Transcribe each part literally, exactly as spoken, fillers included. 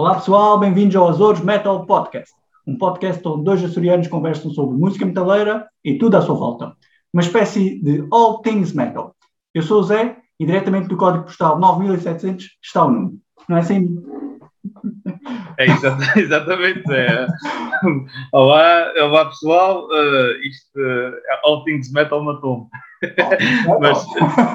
Olá pessoal, bem-vindos ao Azores Metal Podcast, um podcast onde dois açorianos conversam sobre música metaleira e tudo à sua volta. Uma espécie de All Things Metal. Eu sou o Zé e diretamente do código postal nove mil e setecentos está o Nuno. Não é assim? É exatamente, exatamente é. Olá, olá pessoal, uh, isto uh, All Things Metal matou-me. Mas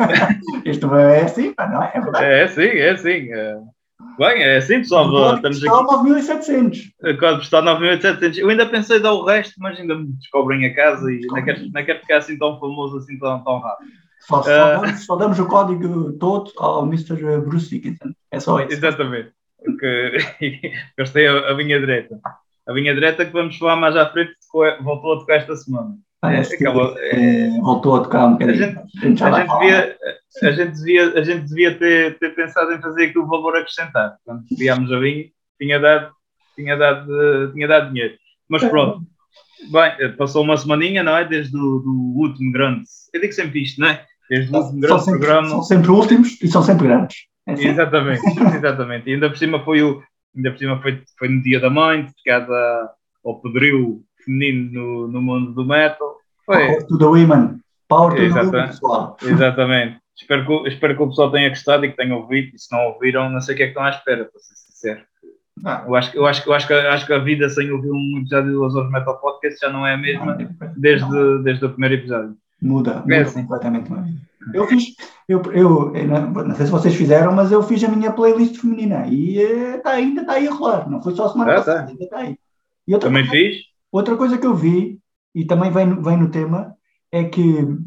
isto é assim, não é? É verdade. É assim, é assim. É. Bem, é assim, pessoal. O Estamos postal aqui. nove mil e setecentos. O código postal nove mil e setecentos. Eu ainda pensei dar o resto, mas ainda me descobrem a casa e não quero, não quero ficar assim tão famoso, assim tão, tão rápido. Só, só, uh, damos, só damos o código todo ao mister Bruce Dickinson. É só isso. Exatamente. Que gostei a, a linha direta. A linha direta que vamos falar mais à frente voltou a tocar esta semana. Parece é, que acabou, é, voltou a tocar um bocadinho. A gente, a gente, a gente, devia, a gente, devia, a gente devia ter, ter pensado em fazer aqui o valor acrescentado. Quando criámos a linha, tinha dado, tinha, dado, tinha dado dinheiro. Mas pronto. Bem, passou uma semaninha, não é? Desde o do último grande. Eu digo sempre isto, não é? Desde o último grande sempre, programa. São sempre últimos e são sempre grandes. É assim? Exatamente, exatamente. E ainda por cima foi o. Ainda por cima foi, foi no Dia da Mãe, dedicado ao poderio feminino no, no mundo do metal. Foi. Power to the women. Power to the women, pessoal. Exatamente. Espero que, espero que o pessoal tenha gostado e que tenha ouvido. E se não ouviram, não sei o que é que estão à espera, para ser sincero. Ah. Eu, acho, eu, acho, eu acho, que, acho que a vida sem ouvir um episódio do Azores Metal Podcast já não é a mesma não, desde, não. desde o primeiro episódio. Muda, muda é assim. completamente. Eu fiz, eu, eu, eu não, não sei se vocês fizeram, mas eu fiz a minha playlist feminina e está ainda está aí a rolar. Não foi só a semana ah, passada, tá. ainda está aí. E outra também coisa, fiz. Outra coisa que eu vi, e também vem, vem no tema, é que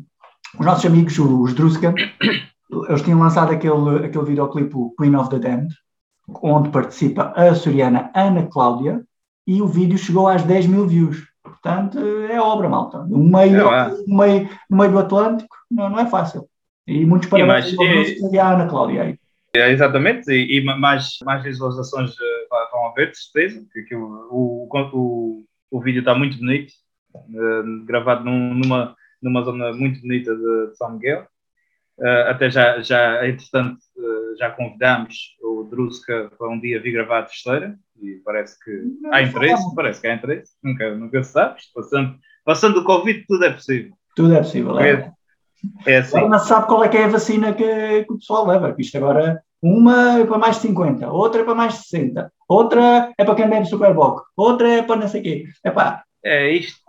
os nossos amigos, os Druska, eles tinham lançado aquele, aquele videoclipe, o Queen of the Damned, onde participa a açoriana Ana Cláudia, e o vídeo chegou às dez mil views. Portanto, é obra, malta. No meio, é no meio, no meio do Atlântico, não, não é fácil. E muitos parabéns ao Druska e à Ana Cláudia aí. É, exatamente, e, e mais, mais visualizações uh, vão haver, de certeza, porque o, o, o, o vídeo está muito bonito, uh, gravado num, numa, numa zona muito bonita de, de São Miguel. Uh, até já, já entretanto, uh, já convidámos o Druska para um dia vir gravar a terceira, e parece que não, há interesse, não. parece que há interesse, nunca, nunca se sabe, passando, passando o Covid tudo é possível. Tudo é possível, é. É assim. Agora não se sabe qual é que é a vacina que, que o pessoal leva. Isto agora, uma é para mais de cinquenta, outra é para mais de sessenta, outra é para quem bebe Superboc, outra é para não sei o quê. Epá. É isto.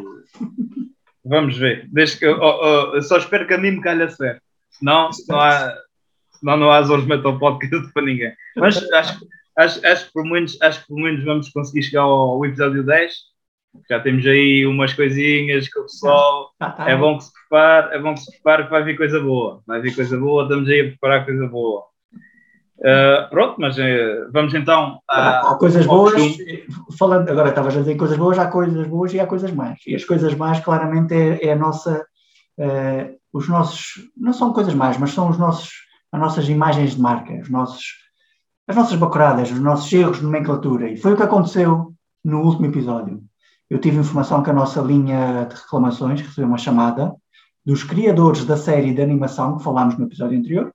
Vamos ver. Desde que, oh, oh, eu só espero que a mim me calhe certo. Senão não há, senão não há Azores Metal Podcast para ninguém. Mas acho, acho, acho, que por menos, acho que pelo menos vamos conseguir chegar ao, ao episódio dez. Já temos aí umas coisinhas que o pessoal ah, tá, tá. é bom que se prepare, é bom que se prepare que vai vir coisa boa. Vai vir coisa boa, estamos aí a preparar coisa boa. Uh, pronto, mas uh, vamos então a, há coisas boas, falando, agora estavas a dizer coisas boas, há coisas boas e há coisas más. E as coisas más claramente é, é a nossa, uh, os nossos, não são coisas más, mas são os nossos, as nossas imagens de marca, os nossos, as nossas bacuradas, os nossos erros de nomenclatura. E foi o que aconteceu no último episódio. Eu tive informação que a nossa linha de reclamações recebeu uma chamada dos criadores da série de animação que falámos no episódio anterior.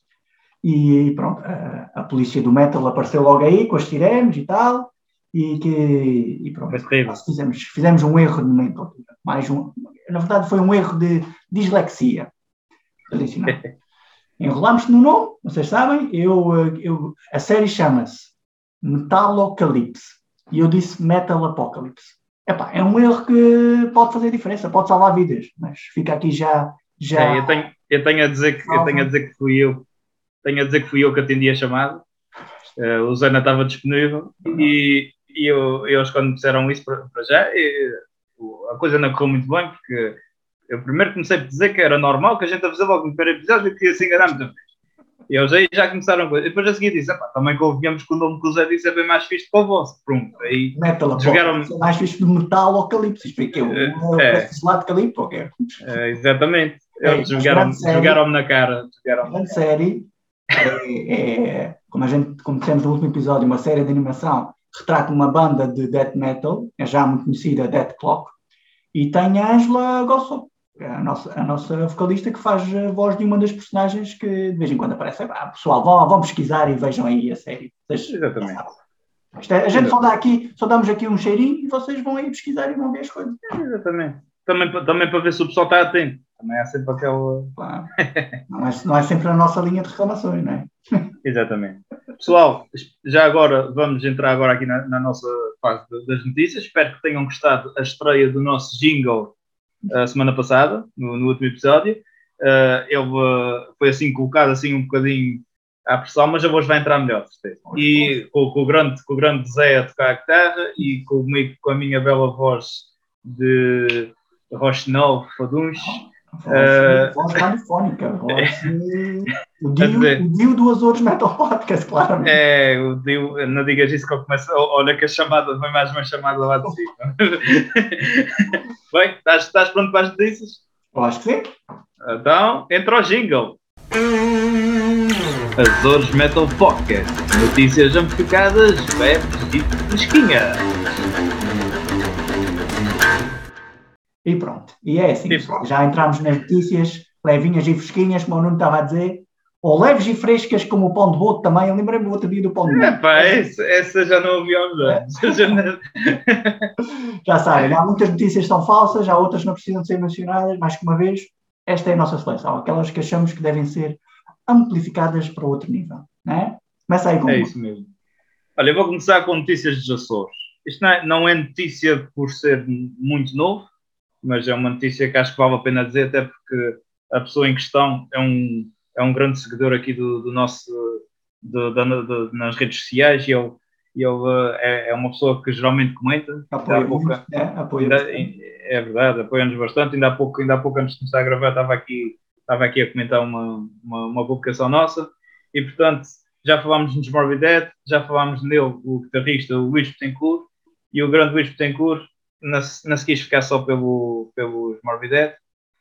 E pronto, a, a polícia do metal apareceu logo aí com as sirenes e tal. E, que, e pronto, fizemos, fizemos um erro de nomenclatura. Mais um, na verdade, foi um erro de dislexia. Enrolámos-se no nome, vocês sabem. Eu, eu, a série chama-se Metalocalypse. E eu disse Metal Apocalypse. Epá, é um erro que pode fazer diferença, pode salvar vidas, mas fica aqui já... já... É, eu, tenho, eu, tenho a dizer que, eu tenho a dizer que fui eu, tenho a dizer que fui eu que atendi a chamada, uh, o Zana estava disponível e, e eu, eles quando me disseram isso para, para já, e, a coisa não correu muito bem, porque eu primeiro comecei a dizer que era normal, que a gente avisava logo no primeiro episódio que ia se enganar muita vez. E eles aí já começaram a... E depois a seguir disse, também convenhamos que o nome que o Zé disse é bem mais fixe para o vosso. Pronto, aí... Metal, jogaram... é mais fixe de metal ou calipso. Expliquei, o é, lado de calipso ou quê? É, exatamente. Eles é, jogaram-me jogaram na cara. A grande série, é, é, como a gente, como dissemos no último episódio, uma série de animação, retrata uma banda de death metal, é já muito conhecida, Death Clock, e tem a Angela Gossop. A nossa, a nossa vocalista que faz a voz de uma das personagens que de vez em quando aparece. Ah, pessoal, vão, vão pesquisar e vejam aí a série. Vocês, exatamente. Isto é, a gente só dá aqui, só damos aqui um cheirinho e vocês vão aí pesquisar e vão ver as coisas. Exatamente. Também, também para ver se o pessoal está atento. Também há sempre aquela... Claro. Não, é, não é sempre a nossa linha de reclamações, não é? Exatamente. Pessoal, já agora vamos entrar agora aqui na, na nossa fase das notícias. Espero que tenham gostado a estreia do nosso jingle a semana passada, no, no último episódio. Uh, ele uh, foi assim colocado assim um bocadinho à pressão, mas a voz vai entrar melhor, certeza. E com, com, o grande, com o grande Zé a tocar a guitarra e comigo, com a minha bela voz de Rochinol Faduns. Voz, uh, voz radiofónica, voz de... o, Dio, o Dio do Azores Metal Podcast, claramente. É, o Dio, não digas isso que eu começo, olha que a chamada, vem mais uma chamada lá de cima. Bem, estás, estás pronto para as notícias? Eu acho que sim. Então, entra o jingle. Azores Metal Podcast, notícias amplificadas, leves e fresquinhas. E pronto, e é assim, pessoal. Já entramos nas notícias levinhas e fresquinhas, como o Nuno estava a dizer, ou leves e frescas como o pão de boto também. Eu lembrei-me do outro dia do pão de boto. É pá, essa, essa já não ouvi aos anos. Já sabem, há muitas notícias que são falsas, há outras que não precisam de ser mencionadas, mais que uma vez, esta é a nossa seleção, aquelas que achamos que devem ser amplificadas para outro nível, não é? Começa aí com É uma. isso mesmo. Olha, eu vou começar com notícias dos Açores. Isto não é, não é notícia por ser muito novo, mas é uma notícia que acho que vale a pena dizer, até porque a pessoa em questão é um, é um grande seguidor aqui do, do nosso, do, da, do, nas redes sociais e ele, ele é, é uma pessoa que geralmente comenta. Apoia pouco, muito, é, apoia ainda, é verdade, apoia-nos bastante. Ainda há, pouco, ainda há pouco antes de começar a gravar estava aqui, estava aqui a comentar uma, uma, uma publicação nossa e, portanto, já falámos nos Morbidette, já falámos nele, o guitarrista, o Luís Betancourt, e o grande Luís Betancourt não, não se quis ficar só pelo, pelos Morbidette.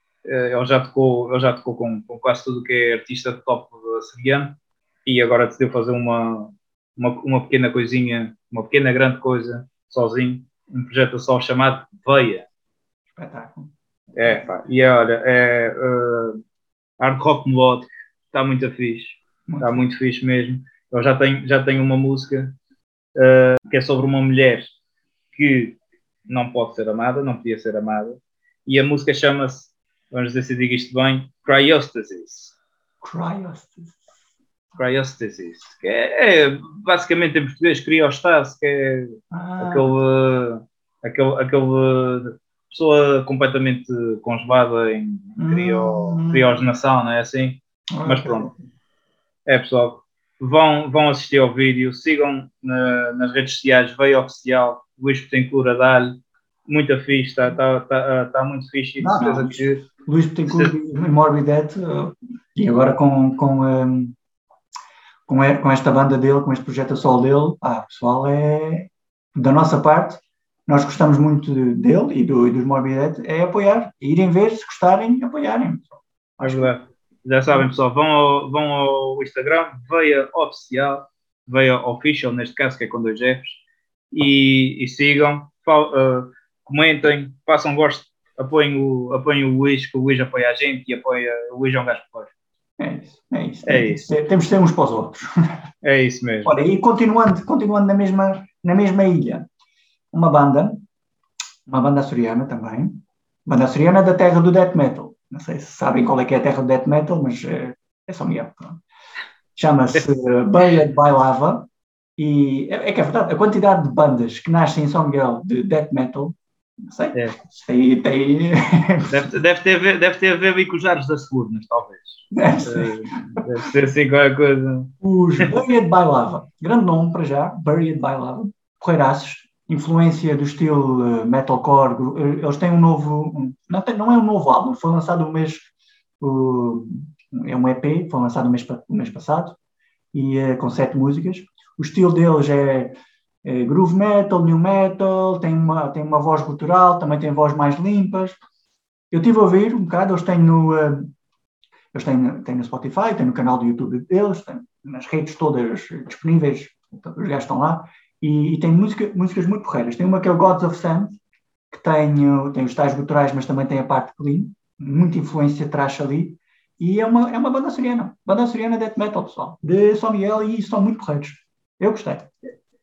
Ele já tocou, ele já tocou com, com quase tudo que é artista de top açoriano e agora decidiu fazer uma, uma, uma pequena coisinha, uma pequena grande coisa, sozinho, um projeto só chamado Veia. Espetáculo. É, pá, e é, olha, é uh, hard rock melódico, está muito fixe, muito está muito fixe mesmo. Eu já tenho, já tenho uma música uh, que é sobre uma mulher que não pode ser amada, não podia ser amada, e a música chama-se, vamos dizer se digo isto bem, Cryostasis. Cryostasis. Cryostasis, que é, é basicamente em português criostase, que é ah. aquele, aquele, aquele pessoa completamente congelada em crio, hum. criogenação, não é assim? Ah, Mas pronto. É, pessoal, vão, vão assistir ao vídeo, sigam na, nas redes sociais, Veia Oficial, Luís Betancourt a dar-lhe, muito fixe, está tá, tá, tá muito fixe e de certeza que... Luís Betancourt e Morbidette, uh, e agora com, com, um, com, a, com esta banda dele, com este projeto a solo dele, ah, pessoal, é da nossa parte, nós gostamos muito dele e, do, e dos Morbidette, é apoiar, irem ver, se gostarem, apoiarem. É verdade. Já sabem, pessoal, vão ao, vão ao Instagram, Veia Oficial, Veia Official, neste caso, que é com dois Fs, e, e sigam, fal, uh, comentem, façam gosto, apoiem o, apoiem o Luís, que o Luís apoia a gente e apoia o Luís é um gajo por É isso, é isso. É isso. Temos, temos de ser uns para os outros. É isso mesmo. Olha, e continuando, continuando na, mesma, na mesma ilha, uma banda, uma banda açoriana também, banda açoriana da terra do death metal. Não sei se sabem qual é que é a terra do death metal, mas é, é São Miguel. Chama-se Buried by Lava. E é, é que é verdade, a quantidade de bandas que nascem em São Miguel de death metal, não sei, é. tem, tem... Deve, deve, ter a ver, deve ter a ver com os ares das Furnas, talvez. Deve ser. Uh, deve ser assim qualquer coisa. Os Buried by Lava, grande nome para já, Buried by Lava, porreiraços, influência do estilo uh, metalcore, uh, eles têm um novo, um, não, tem, não é um novo álbum, foi lançado um mês, uh, é um E P, foi lançado o mês, o mês passado, e uh, com sete músicas. O estilo deles é, é groove metal, new metal, tem uma, tem uma voz gutural, também tem voz mais limpas. Eu estive a ouvir um bocado, eles têm no, uh, eles têm, têm no Spotify, têm no canal do YouTube deles, têm nas redes todas disponíveis, então, os gajos estão lá, e, e tem música, músicas muito porreiras. Tem uma que é o Gods of Sand, que tem, tem os tais guturais, mas também tem a parte clean, muita influência traz ali, e é uma, é uma banda açoriana, banda açoriana death metal, pessoal, de São Miguel, e são muito porreiros. Eu gostei.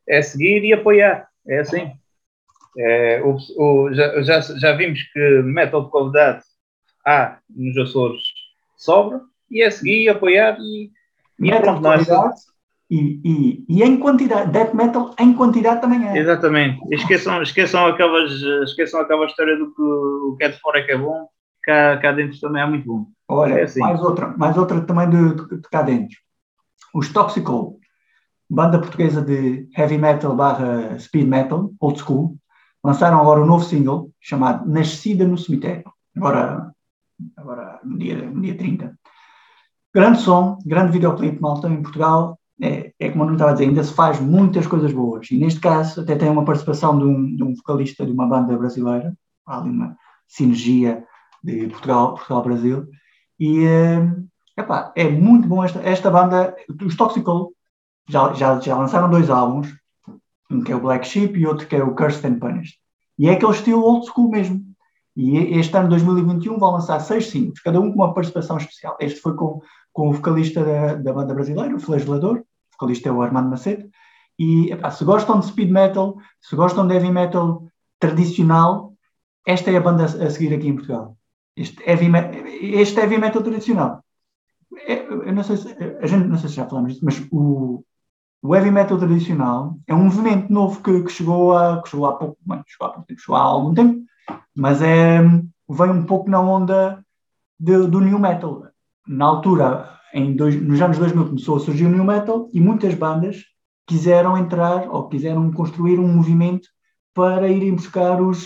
é seguir e apoiar. É assim. É, o, o, já, já, já vimos que metal de qualidade há nos Açores sobra, e é seguir e apoiar e, e Metal pronto, de não é só. qualidade e, e, e em quantidade. Death metal em quantidade também é. Exatamente. Esqueçam, esqueçam, aquelas, esqueçam aquela história do que o que é de fora é que é bom, cá, cá dentro também é muito bom. É Olha, assim. mais outra, mais outra também de, de, de cá dentro. Os Toxical, banda portuguesa de heavy metal barra speed metal, old school, lançaram agora um novo single chamado Nascida no Cemitério. Agora, agora no, dia, no dia trinta. Grande som, grande videoclipe, malta, em Portugal. É, é como eu não estava a dizer, ainda se faz muitas coisas boas. E neste caso até tem uma participação de um, de um vocalista de uma banda brasileira. Há ali uma sinergia de Portugal, Portugal-Brasil. E epá, é muito bom esta, esta banda. Os Toxical já, já, já lançaram dois álbuns, um que é o Black Sheep e outro que é o Cursed and Punished. E é aquele estilo old school mesmo. E este ano, dois mil e vinte e um, vão lançar seis singles, cada um com uma participação especial. Este foi com, com o vocalista da, da banda brasileira, o Flagelador. O vocalista é o Armando Macedo. E epá, se gostam de speed metal, se gostam de heavy metal tradicional, esta é a banda a, a seguir aqui em Portugal. Este heavy, este heavy metal tradicional. É, eu não sei se, a gente, não sei se já falamos disso, mas o, o heavy metal tradicional é um movimento novo que, que, chegou, a, que chegou há pouco, bem, chegou há pouco tempo, chegou há algum tempo, mas é, vem um pouco na onda de, do new metal. Na altura, em dois, nos anos dois mil, começou a surgir o new metal e muitas bandas quiseram entrar ou quiseram construir um movimento para irem buscar os,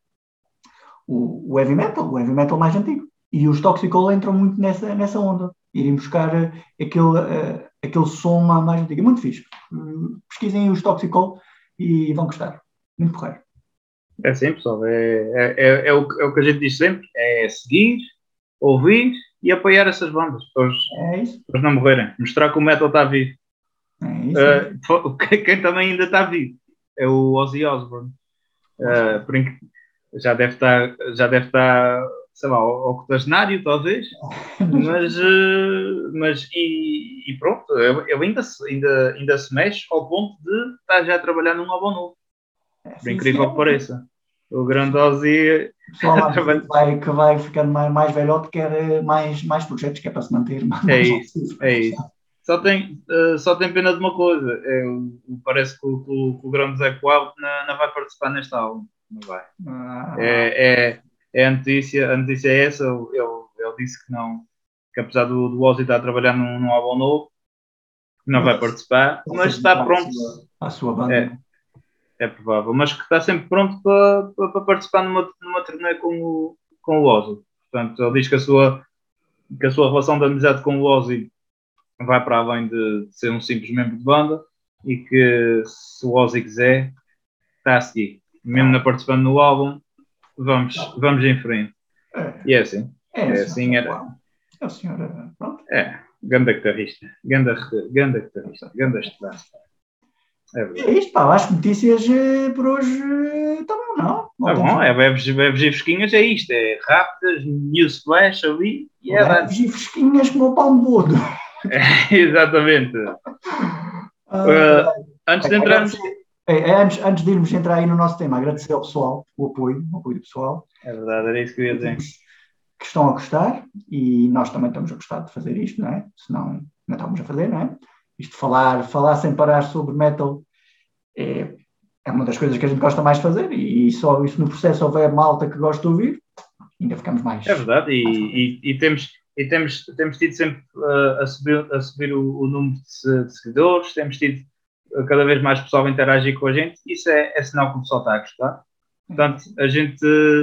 o, o heavy metal, o heavy metal mais antigo. E os Toxical entram muito nessa, nessa onda. Irem buscar aquele, uh, aquele som mais antigo. É muito fixe. Uh, pesquisem os Toxical e vão gostar. Muito porreiro. É assim, pessoal. É, é, é, é, o, é o que a gente diz sempre. É seguir, ouvir e apoiar essas bandas. Para é isso. Para não morrerem. Mostrar que o metal está vivo. É isso. Uh, quem também ainda está vivo é o Ozzy Osbourne. Uh, por inc... já deve estar, já deve estar, sei lá, ao octogenário, talvez, mas, uh, mas e, e pronto, ele ainda se, ainda, ainda se mexe ao ponto de estar já a trabalhar num álbum novo, é, por incrível sim, que pareça. O grande Ozzy... O pessoal trabalha... que, vai, que vai ficando mais, mais velhote quer mais, mais projetos, que é para se manter. Mais, é isso, mais é isso. Só tem, uh, só tem pena de uma coisa, é, parece que o, o, o grande Zé Coelho não, não vai participar neste álbum. Não vai. Ah. É, é, é a notícia, a notícia é essa. Ele, ele disse que não, que apesar do, do Ozzy estar a trabalhar num, num álbum novo, não vai participar, mas está pronto. A sua banda. É, é provável, mas que está sempre pronto para, para, para participar numa, numa turnê com o, com o Ozzy. Portanto, ele diz que a sua, que a sua relação de amizade com o Ozzy vai para além de, de ser um simples membro de banda e que se o Ozzy quiser, está a seguir. Mesmo não participando no álbum, vamos, vamos em frente. É. E é assim. É, é assim. Era... É o senhor. Pronto. É, ganda guitarrista. Ganda, ganda guitarrista. Ganda estrada. É verdade. É isto, pá. As notícias por hoje está bom, não? Está bom, é bebes e fresquinhas, é isto. É rápidas, news flash ali. E é bebes e fresquinhas como o pão de bodo. É, exatamente. Ah, uh, antes de entrarmos... É, antes, antes de irmos entrar aí no nosso tema, agradecer ao pessoal, o apoio, o apoio do pessoal. É verdade, era isso que eu ia dizer. Que estão a gostar e nós também estamos a gostar de fazer isto, não é? Senão não estamos a fazer, não é? Isto de falar, falar sem parar sobre metal é, é uma das coisas que a gente gosta mais de fazer e só isso no processo houver malta que gosta de ouvir, ainda ficamos mais... É verdade, e, e, e, temos, e temos, temos tido sempre uh, a subir, a subir o, o número de, de seguidores, temos tido cada vez mais pessoal a interagir com a gente, isso é, é sinal que o pessoal está a gostar. Portanto, a gente,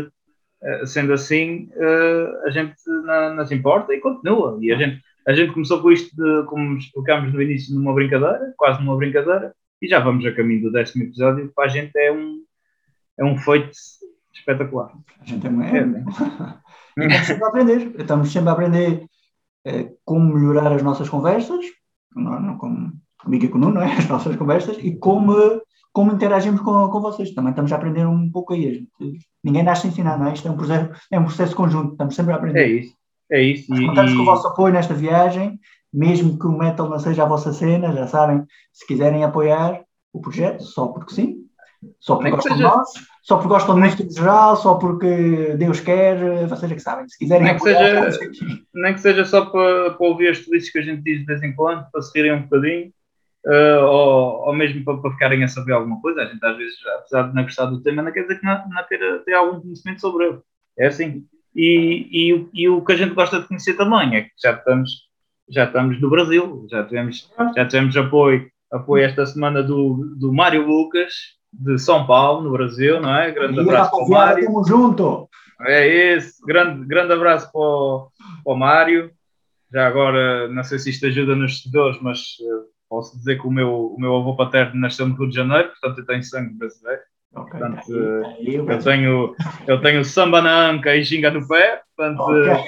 sendo assim, a gente não, não se importa e continua. E a gente, a gente começou com isto, de, como explicámos no início, numa brincadeira, quase numa brincadeira, e já vamos a caminho do décimo episódio, para a gente é um, é um feito espetacular. A gente é muito... É, né? Estamos sempre a aprender. Estamos sempre a aprender eh, como melhorar as nossas conversas, não, não como... comigo e com o Nuno, não é? As nossas conversas e como, como interagimos com, com vocês. Também estamos a aprender um pouco aí. A gente, ninguém nasce a ensinar, não é? Isto é um processo, é um processo conjunto, estamos sempre a aprender. É isso, é isso. Nós contamos e... com o vosso apoio nesta viagem, mesmo que o metal não seja a vossa cena, já sabem, se quiserem apoiar, o projeto, só porque sim, só porque Nem que gostam de seja- nós, só porque gostam de Nem- música em geral, só porque Deus quer, vocês é que sabem. Se quiserem Nem que apoiar, seja- estamos aqui. Nem que seja só para, para ouvir as felizes que a gente diz de vez em quando, para se rirem um bocadinho, eh, ou, ou mesmo para, para ficarem a saber alguma coisa. A gente às vezes, apesar de não gostar do tema, não quer dizer que não, não queira ter algum conhecimento sobre ele. É assim. E, e, o- e o que a gente gosta de conhecer também é que já estamos, já estamos no Brasil, já tivemos, já tivemos apoio, apoio esta semana do, do Mário Lucas, de São Paulo, no Brasil, não é? Grande E abraço para o rapaziada, Mário. tamo junto. É esse, grande, grande abraço para o, para o Mário. Já agora, não sei se isto ajuda nos seguidores, mas eh, posso dizer que o meu, o meu avô paterno nasceu no Rio de Janeiro, portanto eu tenho sangue brasileiro. Ok, Portanto, tá aí, tá aí, eu tenho, eu tenho samba na anca e ginga no pé, portanto. Ok. eh,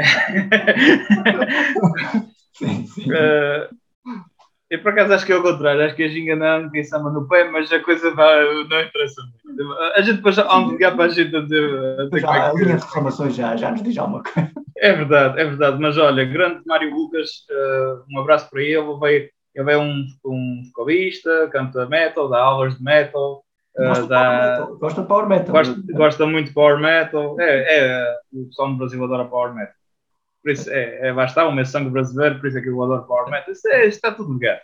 Sim, sim. eh, eu por acaso acho que é o contrário, acho que é ginga na anca e samba no pé, mas a coisa vai, não interessa muito. A gente depois há um ligar para a gente a dizer, a dizer como Já, é a que. linha de reclamações já, já nos diz alguma coisa. É verdade, é verdade. Mas olha, grande Mário Lucas, uh, um abraço para ele. Ele veio, ele é um, um vocalista, canta metal, dá aulas de metal, uh, Gosta de power dá, metal. Gosta de power metal. gosta, gosta muito de power metal. É, é, o pessoal no Brasil adora power metal. Por isso, é, é, vai estar o meu sangue brasileiro, por isso é que eu adoro power metal. Isso, é, isto está tudo ligado.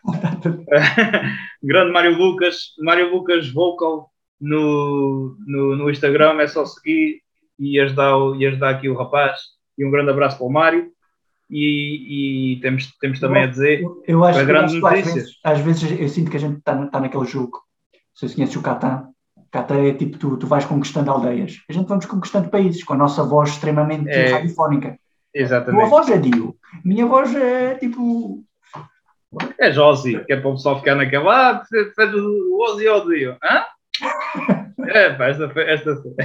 Grande Mário Lucas, Mário Lucas Vocal no, no, no Instagram, é só seguir e ajudar, o- e ajudar aqui o rapaz. E um grande abraço para o Mário. E, e temos, temos também a dizer Eu, eu acho para que, eu grandes acho que às, notícias. vezes, às vezes eu sinto que a gente está tá naquele jogo. Se você conheces o Catan, Catan é tipo, tu, tu vais conquistando aldeias. A gente vamos conquistando países com a nossa voz extremamente É, radiofónica. Tua exatamente. voz é Dio. Minha voz é tipo. É Josi, que é para o pessoal ficar naquela. Ah, fez o Ozzy ou o Dio. Hã? É, pá, esta foi. Esta foi.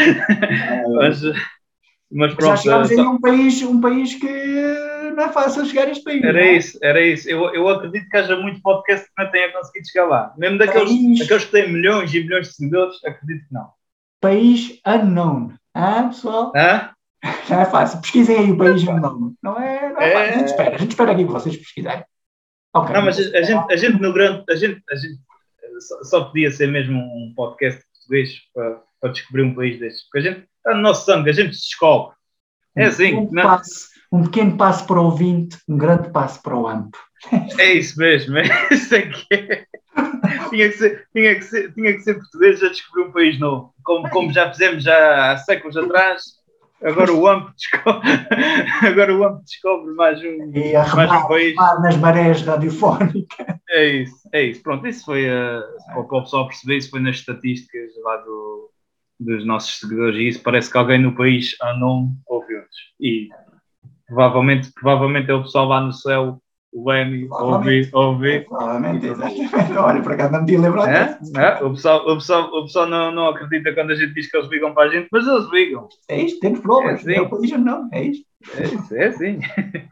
mas, mas Mas já pronto. chegámos aí só- a um país, um país que não é fácil chegar a este país. Era não é? isso, era isso. Eu, eu acredito que haja muito podcast que não tenha conseguido chegar lá. Mesmo daqueles, País. daqueles que têm milhões e milhões de seguidores, acredito que não. País unknown. Ah, pessoal? Hã? Não é fácil. Pesquisem aí o país unknown. Não é, não é fácil. A gente É... espera. A gente espera aqui que vocês pesquisarem. Ok. Não, mas a, a gente, a gente no grande. A gente, a gente só, só podia ser mesmo um podcast português para, para descobrir um país destes. Porque a gente está no nosso sangue, a gente descobre. É assim. Um pequeno, Não, passo, um pequeno passo para o ouvinte, um grande passo para o AMP. é isso mesmo. É isso é que é. Tinha que ser, tinha que ser, tinha que ser português a descobrir um país novo. Como, como já fizemos já há séculos atrás. Agora o AMP descobre, agora o AMP descobre mais um, E a mais um remar, país. remar nas marés radiofónicas. É isso, é isso. Pronto, isso foi uh, para o pessoal perceber, isso foi nas estatísticas lá do, dos nossos seguidores e isso parece que alguém no país não ouviu-nos. E provavelmente, provavelmente é o pessoal lá no céu, o Leme, ouvir, ouvir. Provavelmente, exatamente. Olha, por acaso não me tinha lembrado. É? É? O pessoal, o pessoal, o pessoal não, não acredita quando a gente diz que eles ligam para a gente, mas eles ligam. É isto, temos provas. É assim. É o país não, é isto. É isso, é assim.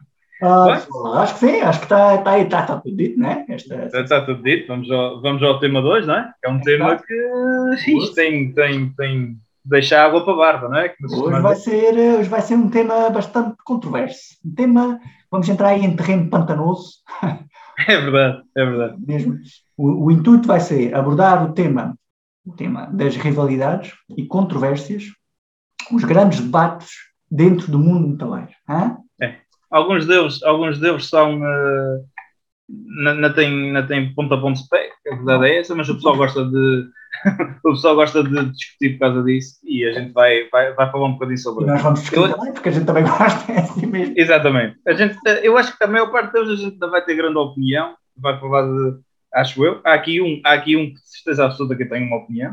Ah, acho que sim, acho que está tá aí, está tá tudo dito, não é? Esta, Já está tudo dito, vamos ao, vamos ao tema dois, não é? É um é tema claro. que isto tem, tem, tem deixar água para a barba, não é? Que Hoje vai, ser, hoje vai ser um tema bastante controverso. Um tema, vamos entrar aí em terreno pantanoso. É verdade, é verdade. Mesmo. O, o intuito vai ser abordar o tema, o tema das rivalidades e controvérsias, os grandes debates dentro do mundo metaleiro. Hã? É. Alguns deles, alguns deles são. Uh, não, não, tem, não tem ponto a ponto de pé, a verdade é essa, mas o pessoal gosta de. o pessoal gosta de discutir por causa disso e a gente vai, vai, vai falar um bocadinho sobre E isso. nós vamos discutir Eu, também, porque a gente também gosta, é assim mesmo. Exatamente. A gente, eu acho que a maior parte deles a gente não vai ter grande opinião, vai falar de. Acho eu. Há aqui um, há aqui um que de certeza absoluta que tem uma opinião,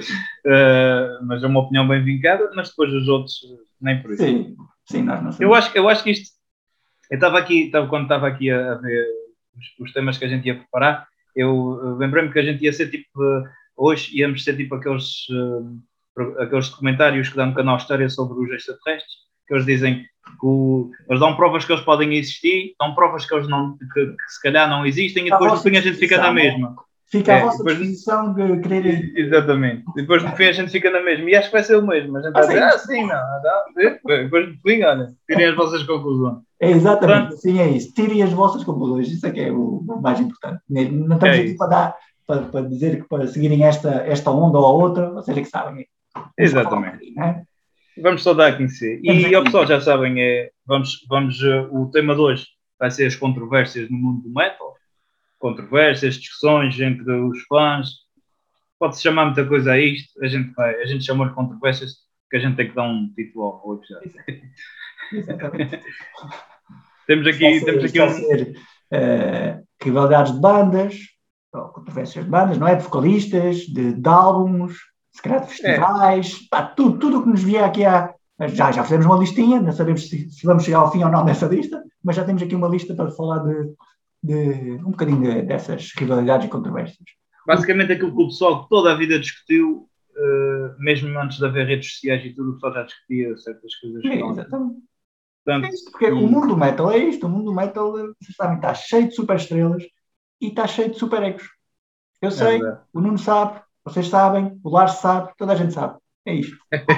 uh, mas é uma opinião bem vincada, mas depois os outros nem por isso. Sim, sim, nós não sabemos. Eu acho, eu acho que isto. Eu estava aqui, estava, quando estava aqui a, a ver os, os temas que a gente ia preparar, eu uh, lembrei-me que a gente ia ser tipo. Uh, hoje íamos ser tipo aqueles, uh, aqueles documentários que dão no canal História sobre os extraterrestres, que eles dizem que o, eles dão provas que eles podem existir, dão provas que eles não, que, que se calhar não existem, e depois no fim a gente fica na mesma. Fica à É, vossa depois- disposição de querer. Exatamente. Depois no fim a gente fica na mesma. E acho que vai ser o mesmo. A gente vai Ah, dizer, sim. ah, sim, não, não. Depois no fim, olha, tirem as vossas conclusões. É exatamente Portanto- assim, é isso. Tirem as vossas conclusões, isso é que é o, o mais importante. Não estamos É aqui isso. para dar, para, para dizer que para seguirem esta, esta onda ou a outra, vocês é que sabem. Exatamente. Não é? Vamos só dar a conhecer. E o pessoal já sabem, é, vamos, vamos, uh, o tema de hoje vai ser as controvérsias no mundo do metal. Controvérsias, discussões entre os fãs. Pode-se chamar muita coisa a isto. A gente, vai, a gente chama de controvérsias porque a gente tem que dar um título ao, ao episódio. Exatamente. temos aqui, ser, temos aqui um... ser uh, rivalidades de bandas, ou controvérsias de bandas, não é? De vocalistas, de, de álbuns, se calhar de festivais, é. Pá, tudo, tudo o que nos vier aqui há... Já, já fizemos uma listinha, não sabemos se, se vamos chegar ao fim ou não dessa lista, mas já temos aqui uma lista para falar de, de um bocadinho de, dessas rivalidades e controvérsias. Basicamente aquilo que o pessoal toda a vida discutiu, uh, mesmo antes de haver redes sociais e tudo, o pessoal já discutia certas coisas. É, exatamente. Portanto, é isto, porque e... o mundo do metal é isto, o mundo do metal, vocês sabem, está cheio de super estrelas e está cheio de super egos. Eu sei, é o Nuno sabe, vocês sabem, o Lars sabe, toda a gente sabe. É isto.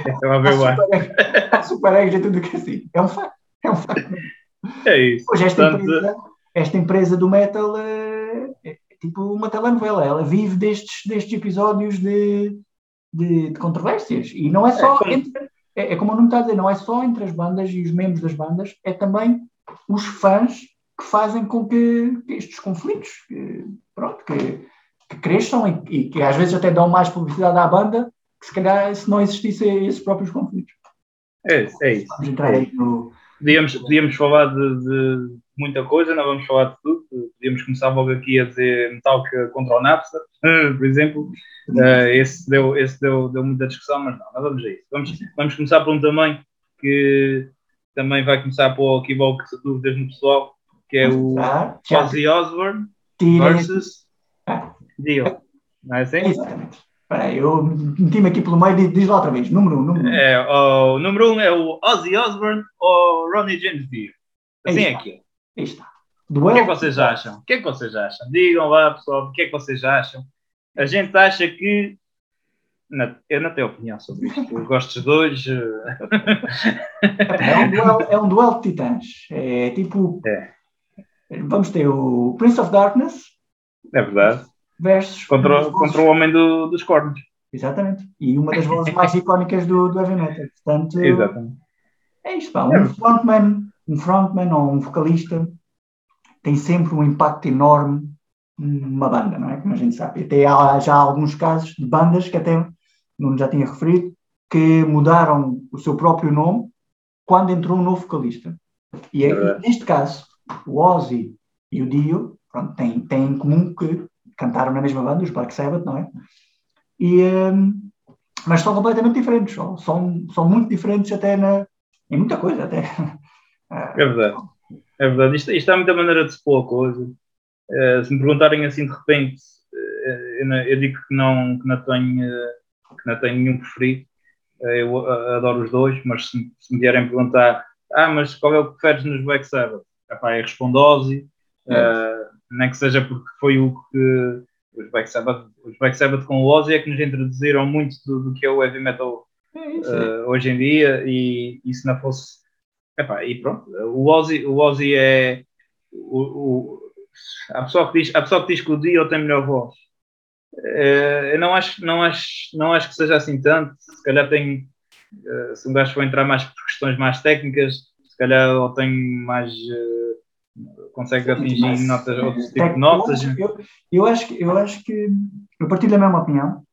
Há super egos em tudo o que é assim. É um facto. É um facto. É isso. Hoje esta, Portanto... empresa, esta empresa do metal é, é tipo uma telenovela. Ela vive destes, destes episódios de, de, de controvérsias. E não é só... É como... Entre, é, é como o Nuno está a dizer, não é só entre as bandas e os membros das bandas, é também os fãs que fazem com que, que estes conflitos que, pronto, que, que cresçam e, e que às vezes até dão mais publicidade à banda que se calhar se não existissem esses próprios conflitos. É, é isso. Vamos entrar aí no... Podíamos, podíamos falar de, de muita coisa, não vamos falar de tudo. Podíamos começar logo aqui a dizer Metallica contra o Napster, por exemplo. Uh, esse deu, esse deu, deu muita discussão, mas não, não vamos a isso. Vamos, vamos começar por um tamanho que também vai começar a pôr aqui logo dúvidas no pessoal, que é o Ozzy Osbourne versus Dio. Não é assim? Exatamente. Espera aí, eu meti-me aqui pelo meio e diz lá outra vez. Número um, número um. É, o número um é o Ozzy Osbourne ou Ronnie James Dio. Assim é que é. Aí está. Duelo. O que é que vocês acham? O que é que vocês acham? Digam lá, pessoal, o que é que vocês acham? A gente acha que... Não, eu não tenho opinião sobre isto. Eu gosto dos dois. É um duelo, é um duelo de titãs. É tipo... É. Vamos ter o Prince of Darkness. É verdade. Versus contra, contra o homem do, dos cornos. Exatamente. E uma das vozes mais icónicas do, do heavy metal. Portanto, exatamente. É isto. Pá. Um, é. frontman, um frontman ou um vocalista tem sempre um impacto enorme numa banda, não é? Como a gente sabe. Até há já alguns casos de bandas que até, não já tinha referido, que mudaram o seu próprio nome quando entrou um novo vocalista. E é, neste caso, o Ozzy e o Dio pronto, têm, têm em comum que cantaram na mesma banda, os Black Sabbath, não é? E, um, mas são completamente diferentes, são, são, são muito diferentes até na, em muita coisa. Até. É verdade, é verdade. Isto, isto há muita maneira de se pôr a coisa. Uh, se me perguntarem assim de repente, uh, eu, não, eu digo que não, que, não tenho, uh, que não tenho nenhum preferido. Uh, eu uh, adoro os dois, mas se, se me vierem perguntar, ah, mas qual é o que preferes nos Black Sabbath? Epá, eu respondo Ozzy. Uh, nem que seja porque foi o que os Black Sabbath, os Black Sabbath com o Ozzy é que nos introduziram muito do, do que é o heavy metal uh, hoje em dia, e, e se não fosse epá, e pronto, o Ozzy, o Ozzy é o, o, a, pessoa que diz, a pessoa que diz que o Dio tem melhor voz, uh, eu não acho, não, acho, não acho que seja assim tanto. Se calhar tem uh, se um gajo for entrar mais por questões mais técnicas, se calhar ele tem mais uh, consegue atingir mas, notas, outros tipos de notas. Eu, eu, acho que, eu acho que eu partilho a mesma opinião.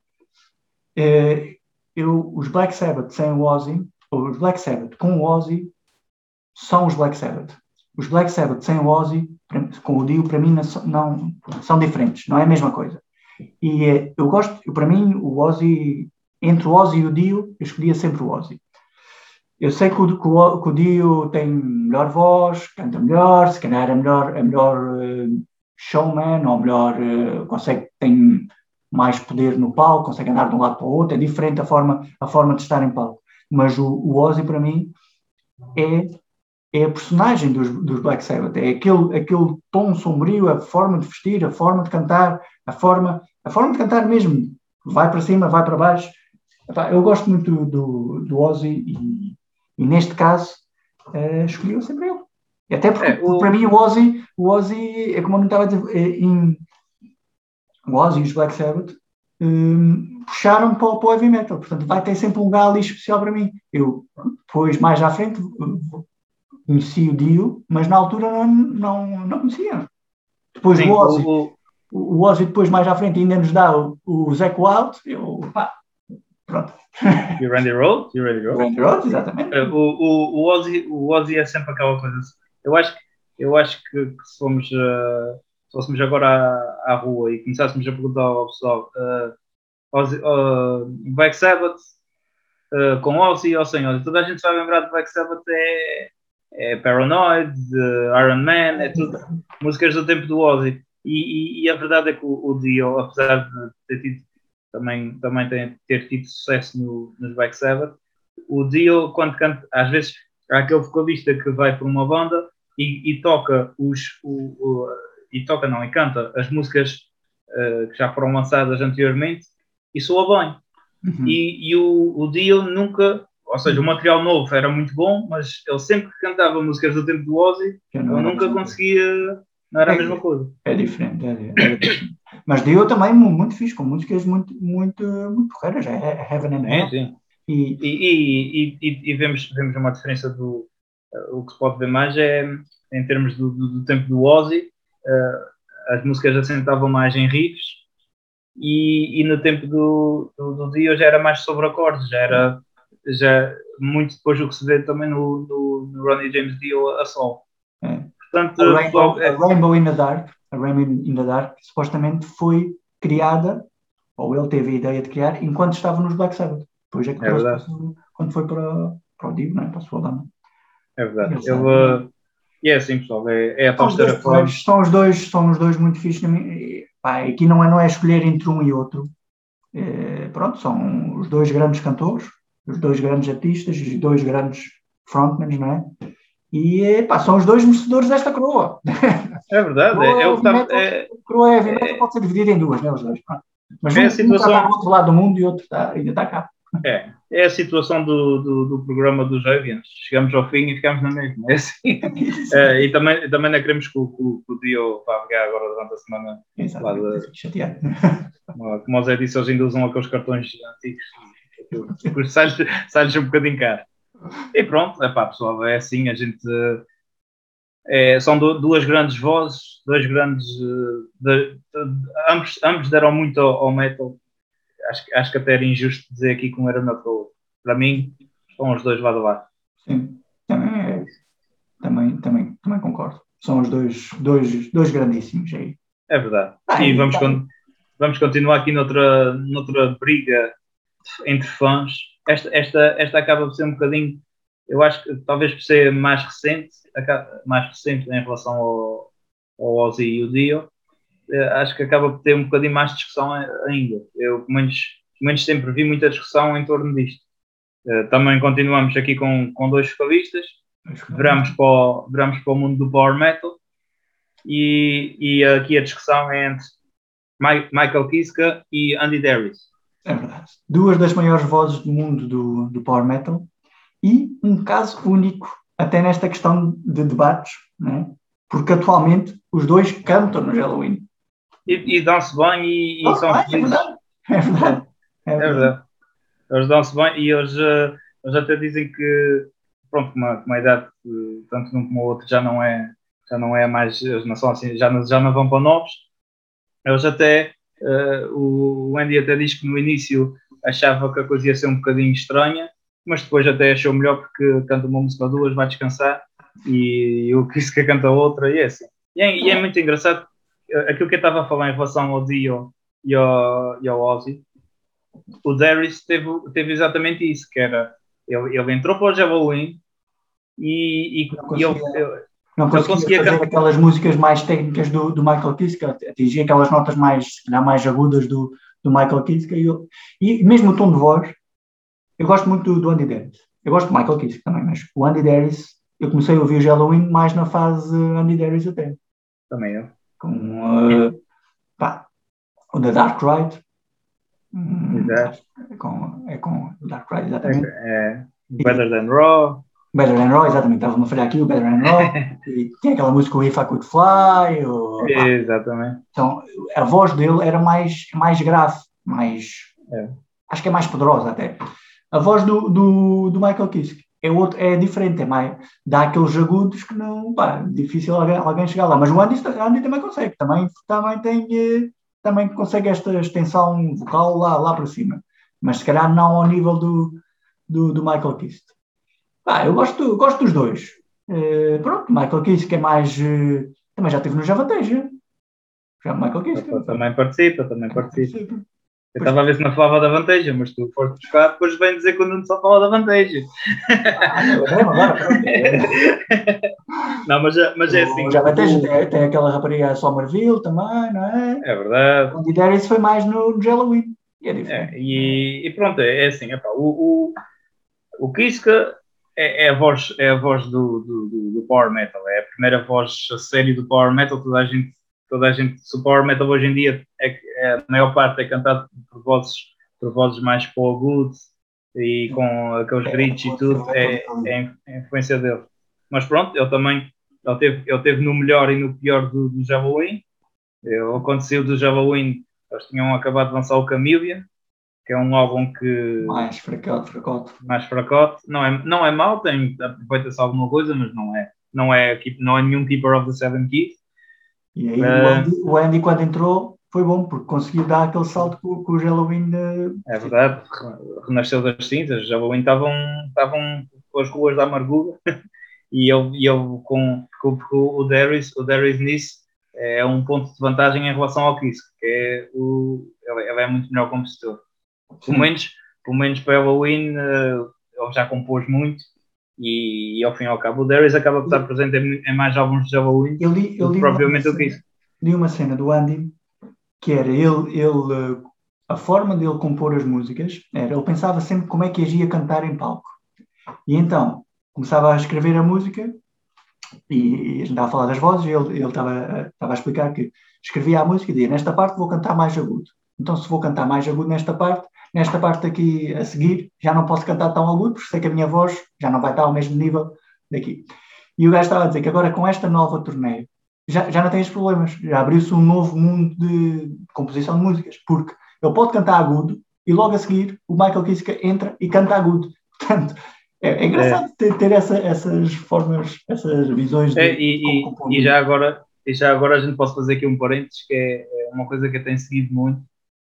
É, eu, os Black Sabbath sem o Ozzy, ou os Black Sabbath com o Ozzy, são os Black Sabbath. Os Black Sabbath sem o Ozzy, com o Dio, para mim, não, não são diferentes, não é a mesma coisa. E é, eu gosto, para mim, o Ozzy, entre o Ozzy e o Dio, eu escolhia sempre o Ozzy. Eu sei que o, que, o, que o Dio tem melhor voz, canta melhor, se calhar é melhor, é melhor uh, showman, ou melhor, uh, consegue, tem mais poder no palco, consegue andar de um lado para o outro, é diferente a forma, a forma de estar em palco. Mas o, o Ozzy, para mim, é, é a personagem dos, dos Black Sabbath, é aquele, aquele tom sombrio, a forma de vestir, a forma de cantar, a forma, a forma de cantar mesmo, vai para cima, vai para baixo. Eu gosto muito do, do, do Ozzy e E neste caso, uh, escolhi sempre ele. Até porque, é, o... para mim, o Ozzy, o Ozzy é como eu não estava a dizer, é, in, o Ozzy e os Black Sabbath um, puxaram para, para o heavy metal, portanto vai ter sempre um lugar ali especial para mim. Eu depois mais à frente conheci o Dio, mas na altura não, não, não conhecia. Depois Sim, o Ozzy, o, o... o Ozzy depois mais à frente ainda nos dá o, o Zakk Wylde, eu pá, pronto. E o Randy Rhoads? E o Randy Rhoads, Randy Rhoads, exatamente. O, o, o, Ozzy, o Ozzy é sempre aquela coisa. Eu acho, eu acho que, que se fomos, uh, se fôssemos agora à, à rua e começássemos a perguntar ao pessoal uh, Ozzy, uh, Black Sabbath uh, com Ozzy ou sem Ozzy, toda a gente vai lembrar de Black Sabbath é, é Paranoid, uh, Iron Man, é tudo músicas do tempo do Ozzy. E, e, e a verdade é que o, o Dio, apesar de ter tido também, também tem, ter tido sucesso no, nos Black Sabbath, o Dio, quando canta, às vezes há aquele vocalista que vai por uma banda e, e toca os o, o, e toca não, e canta as músicas uh, que já foram lançadas anteriormente e soa bem. Uhum. E, e o, o Dio nunca, ou seja, o material novo era muito bom, mas ele sempre que cantava músicas do tempo do Ozzy, ele nunca conseguia, não era a mesma coisa. É diferente, é, é diferente. Mas Dio também muito fixe, com músicas muito, muito, muito porreiras, é Heaven and Hell. Sim, sim. E, e, e, e, e vemos, vemos uma diferença do. Uh, o que se pode ver mais é, em termos do, do, do tempo do Ozzy, uh, as músicas assentavam mais em riffs, e, e no tempo do, do, do Dio já era mais sobre acordes, já era já, muito depois do que se vê também no, no, no Ronnie James Dio a sol. É. Portanto, a Rainbow, pessoal, é... a Rainbow in the Dark, a Rainbow in the Dark, supostamente foi criada, ou ele teve a ideia de criar, enquanto estava nos Black Sabbath. Depois é que é verdade. Quando foi para, para o Dio, não é? Para a sua banda. É verdade. Ele, e é assim, pessoal, é, é a tal história que são os dois, são os dois muito fixos. Pá, aqui não é, não é escolher entre um e outro. É, pronto, são os dois grandes cantores, os dois grandes artistas, os dois grandes frontmen, não é? E pá, são os dois merecedores desta coroa. É verdade. É, é o que está, é, a coroa heavy metal pode ser dividida em duas, né, os dois. Pronto. Mas é um, a situação... um está do outro lado do mundo e outro está, ainda está cá. É, é a situação do, do, do programa dos Avians. Chegamos ao fim e ficamos na mesma. É assim. é, e também, também não queremos que o, que o Dio vá pegar agora durante a semana. Chateado. Como, como os Zé disse, eles ainda usam aqueles cartões antigos. Depois sai-lhes um bocadinho caro. E pronto, é pá, pessoal, é assim, a gente... É, são duas grandes vozes, dois grandes... De, de, de, ambos, ambos deram muito ao, ao metal. Acho, acho que até era injusto dizer aqui que um era melhor que o outro. Para mim, são os dois lado a lado. Sim, também, é, também, também, também concordo. São os dois, dois, dois grandíssimos aí. É verdade. Ah, e vamos, con- vamos continuar aqui noutra, noutra briga entre fãs. Esta, esta, esta acaba por ser um bocadinho, eu acho que talvez por ser mais recente, mais recente em relação ao, ao Ozzy e o Dio. Acho que acaba por ter um bocadinho mais discussão ainda. Eu, pelo menos, pelo menos sempre vi muita discussão em torno disto. Uh, também continuamos aqui com, com dois vocalistas, viramos para, o, viramos para o mundo do power metal, e, e aqui a discussão é entre Mike, Michael Kiske e Andy Darius. É verdade. Duas das maiores vozes do mundo do, do power metal, e um caso único até nesta questão de debates, né? Porque atualmente os dois cantam no Halloween. E, e dão-se bem e, e são felizes. É verdade. É verdade. É verdade. Eles dão-se bem e eles, uh, eles até dizem que, pronto, como a, como a idade, uh, tanto um como o outro, já não é, já não é mais, eles não são assim, já não, já não vão para novos. Eles até, uh, o Andy até diz que no início achava que a coisa ia ser um bocadinho estranha, mas depois até achou melhor porque canta uma música ou duas, vai descansar, e o que isso que canta outra, e é assim. E é, e é muito engraçado. Aquilo que eu estava a falar em relação ao Dio e ao, e ao Ozzy, o Darius teve, teve exatamente isso, que era, ele, ele entrou para o Halloween e, e, não conseguia, e ele, ele, não conseguia, conseguia fazer cantar aquelas músicas mais técnicas do, do Michael Kiske, atingia aquelas notas mais, mais agudas do, do Michael Kiske, e, eu, e mesmo o tom de voz. Eu gosto muito do, do Andy Darius, eu gosto do Michael Kiske também, mas o Andy Darius, eu comecei a ouvir o Halloween mais na fase Andy Darius até. Também eu. Com uh, pá, o The Dark Ride. Hum, é com, é com o Dark Ride, exatamente. É, é Better Than Raw. Better Than Raw, exatamente, estava-me a falhar aqui o Better Than Raw, e tem aquela música o If I Could Fly, ou, pá, Exatamente. então a voz dele era mais, mais grave, mais, É. acho que é mais poderosa até. A voz do, do, do Michael Kiske é, outro, é diferente, é mais, dá aqueles agudos que não, pá, difícil alguém, alguém chegar lá, mas o Andy, Andy também consegue, também, também tem, eh, também consegue esta extensão vocal lá, lá para cima, mas se calhar não ao nível do, do, do Michael Kiske. Ah, eu gosto, gosto dos dois. Eh, pronto, Michael Kiske é mais. eh, também já esteve no Javateja. Já Michael Kiske. Também participa, também participa. Participa. Eu estava a ver se não falava da Vantage, mas tu foste buscar, depois vem dizer quando não só fala da Vantage. Ah, não, lembro agora, pronto. Não, mas, é- mas é assim. O Javateja o- tem, tem aquela rapariga Somerville também, não é? É verdade. O Andy Darius foi mais no, no Halloween. E é diferente. É, e, e pronto, é, é assim. Epá, o, o, o Kiska é, é a voz, é a voz do, do, do- do Power Metal. É a primeira voz a sério do Power Metal. Toda a gente, toda a gente, se o Power Metal hoje em dia, é, que- é, a maior parte é cantado por vozes, por vozes mais para agudo e com aqueles gritos e tudo, é, é a influência dele. Mas pronto, ele também ele teve, ele teve no melhor e no pior do, do Javelin. Ele aconteceu do Javelin, eles tinham acabado de lançar o Camellia, que é um álbum que Mais fracote, fracote. mais fracote, não é, não é mau, tem aproveita-se alguma coisa, mas não é, não é, não é nenhum Keeper of the Seven Keys. E aí o, Uh, Andy, o Andy, quando entrou, foi bom, porque conseguiu dar aquele salto com, com o Halloween. é verdade, re- renasceu das cinzas, já Javelin estavam estavam com as ruas da amargura e ele, e ele com, com, com o Darius, o Darius nisso é um ponto de vantagem em relação ao Kiss, que é o, ele, ele é muito melhor compositor. Pelo menos, pelo menos para Halloween uh, ele já compôs muito e, e ao fim e ao cabo o Darius acaba por estar presente em, em mais álbuns de Halloween Eu li, eu do que li propriamente uma o Kiss. cena, li uma cena do Andy que era ele, ele, uh, a forma dele compor as músicas era, ele pensava sempre como é que agia cantar em palco. E então, começava a escrever a música e, e a gente estava a falar das vozes e ele, ele estava, estava a explicar que escrevia a música e dizia, nesta parte vou cantar mais agudo. Então, se vou cantar mais agudo nesta parte, nesta parte aqui a seguir, já não posso cantar tão agudo, porque sei que a minha voz já não vai estar ao mesmo nível daqui. E o gajo estava a dizer que agora com esta nova turnê, já, já não tem esses problemas. Já abriu-se um novo mundo de composição de músicas, porque ele pode cantar agudo e logo a seguir o Michael Kiske entra e canta agudo. Portanto, é, é engraçado é. ter, ter essa, essas formas, essas visões de é, e, como e, e já agora e já agora a gente pode fazer aqui um parênteses, que é uma coisa que eu tenho seguido muito.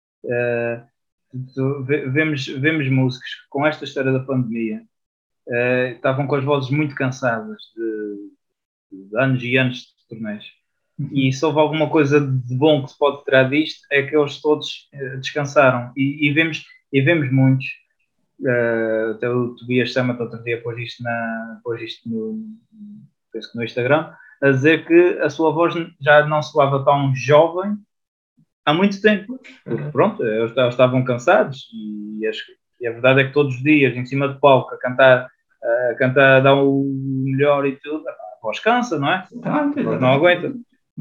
Uh, vemos, vemos músicos que com esta história da pandemia uh, estavam com as vozes muito cansadas de, de anos e anos de turnês. E se houve alguma coisa de bom que se pode tirar disto é que eles todos uh, descansaram e, e, vemos, e vemos muitos uh, até o Tobias Sammet outro dia pôs isto, na, pôs isto no, penso que no Instagram, a dizer que a sua voz já não soava tão jovem há muito tempo, porque pronto, eles estavam cansados e, as, e a verdade é que todos os dias em cima de palco a cantar, a cantar, a dar o melhor e tudo, a voz cansa, não é? A voz não aguenta.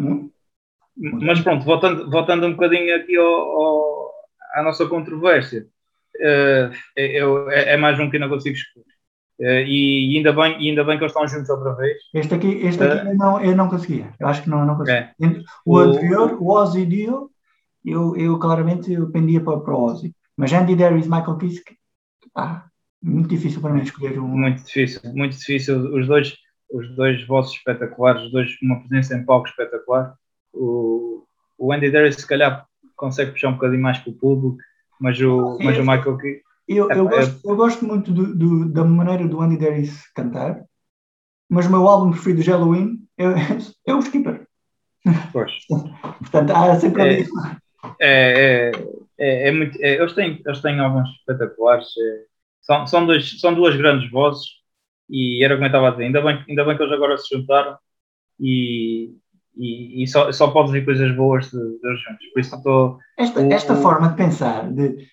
Mas pronto, voltando, voltando um bocadinho aqui ao, ao, à nossa controvérsia, é, é, é mais um que ainda consigo escolher. E ainda bem, e ainda bem que eles estão juntos outra vez. Este aqui, este aqui uh, eu, não, eu não conseguia. Eu acho que não, não conseguia. É. O, o anterior, o Ozzy Dio, eu, eu claramente eu pendia para, para o Ozzy. Mas Andy Darius, Michael Kiske, ah, muito difícil para mim escolher um. Muito difícil, muito difícil. Os dois, os dois vozes espetaculares, os dois uma presença em palco espetacular. O, o Andy Darius se calhar consegue puxar um bocadinho mais para o público, mas o, mas o Michael Kiske. Eu, eu, é, gosto, eu gosto muito do, do, da maneira do Andy Darius cantar, mas o meu álbum preferido de Halloween é, é o Skipper. Pois. Portanto, há sempre ali. É, é, é, é muito, é, eles, têm, eles têm álbuns espetaculares. É, são, são, dois, são duas grandes vozes e era como eu estava a dizer. Ainda bem, ainda bem que eles agora se juntaram e, e, e só, só pode vir coisas boas de, de juntos. Por isso estou. Esta, o, esta forma de pensar, de.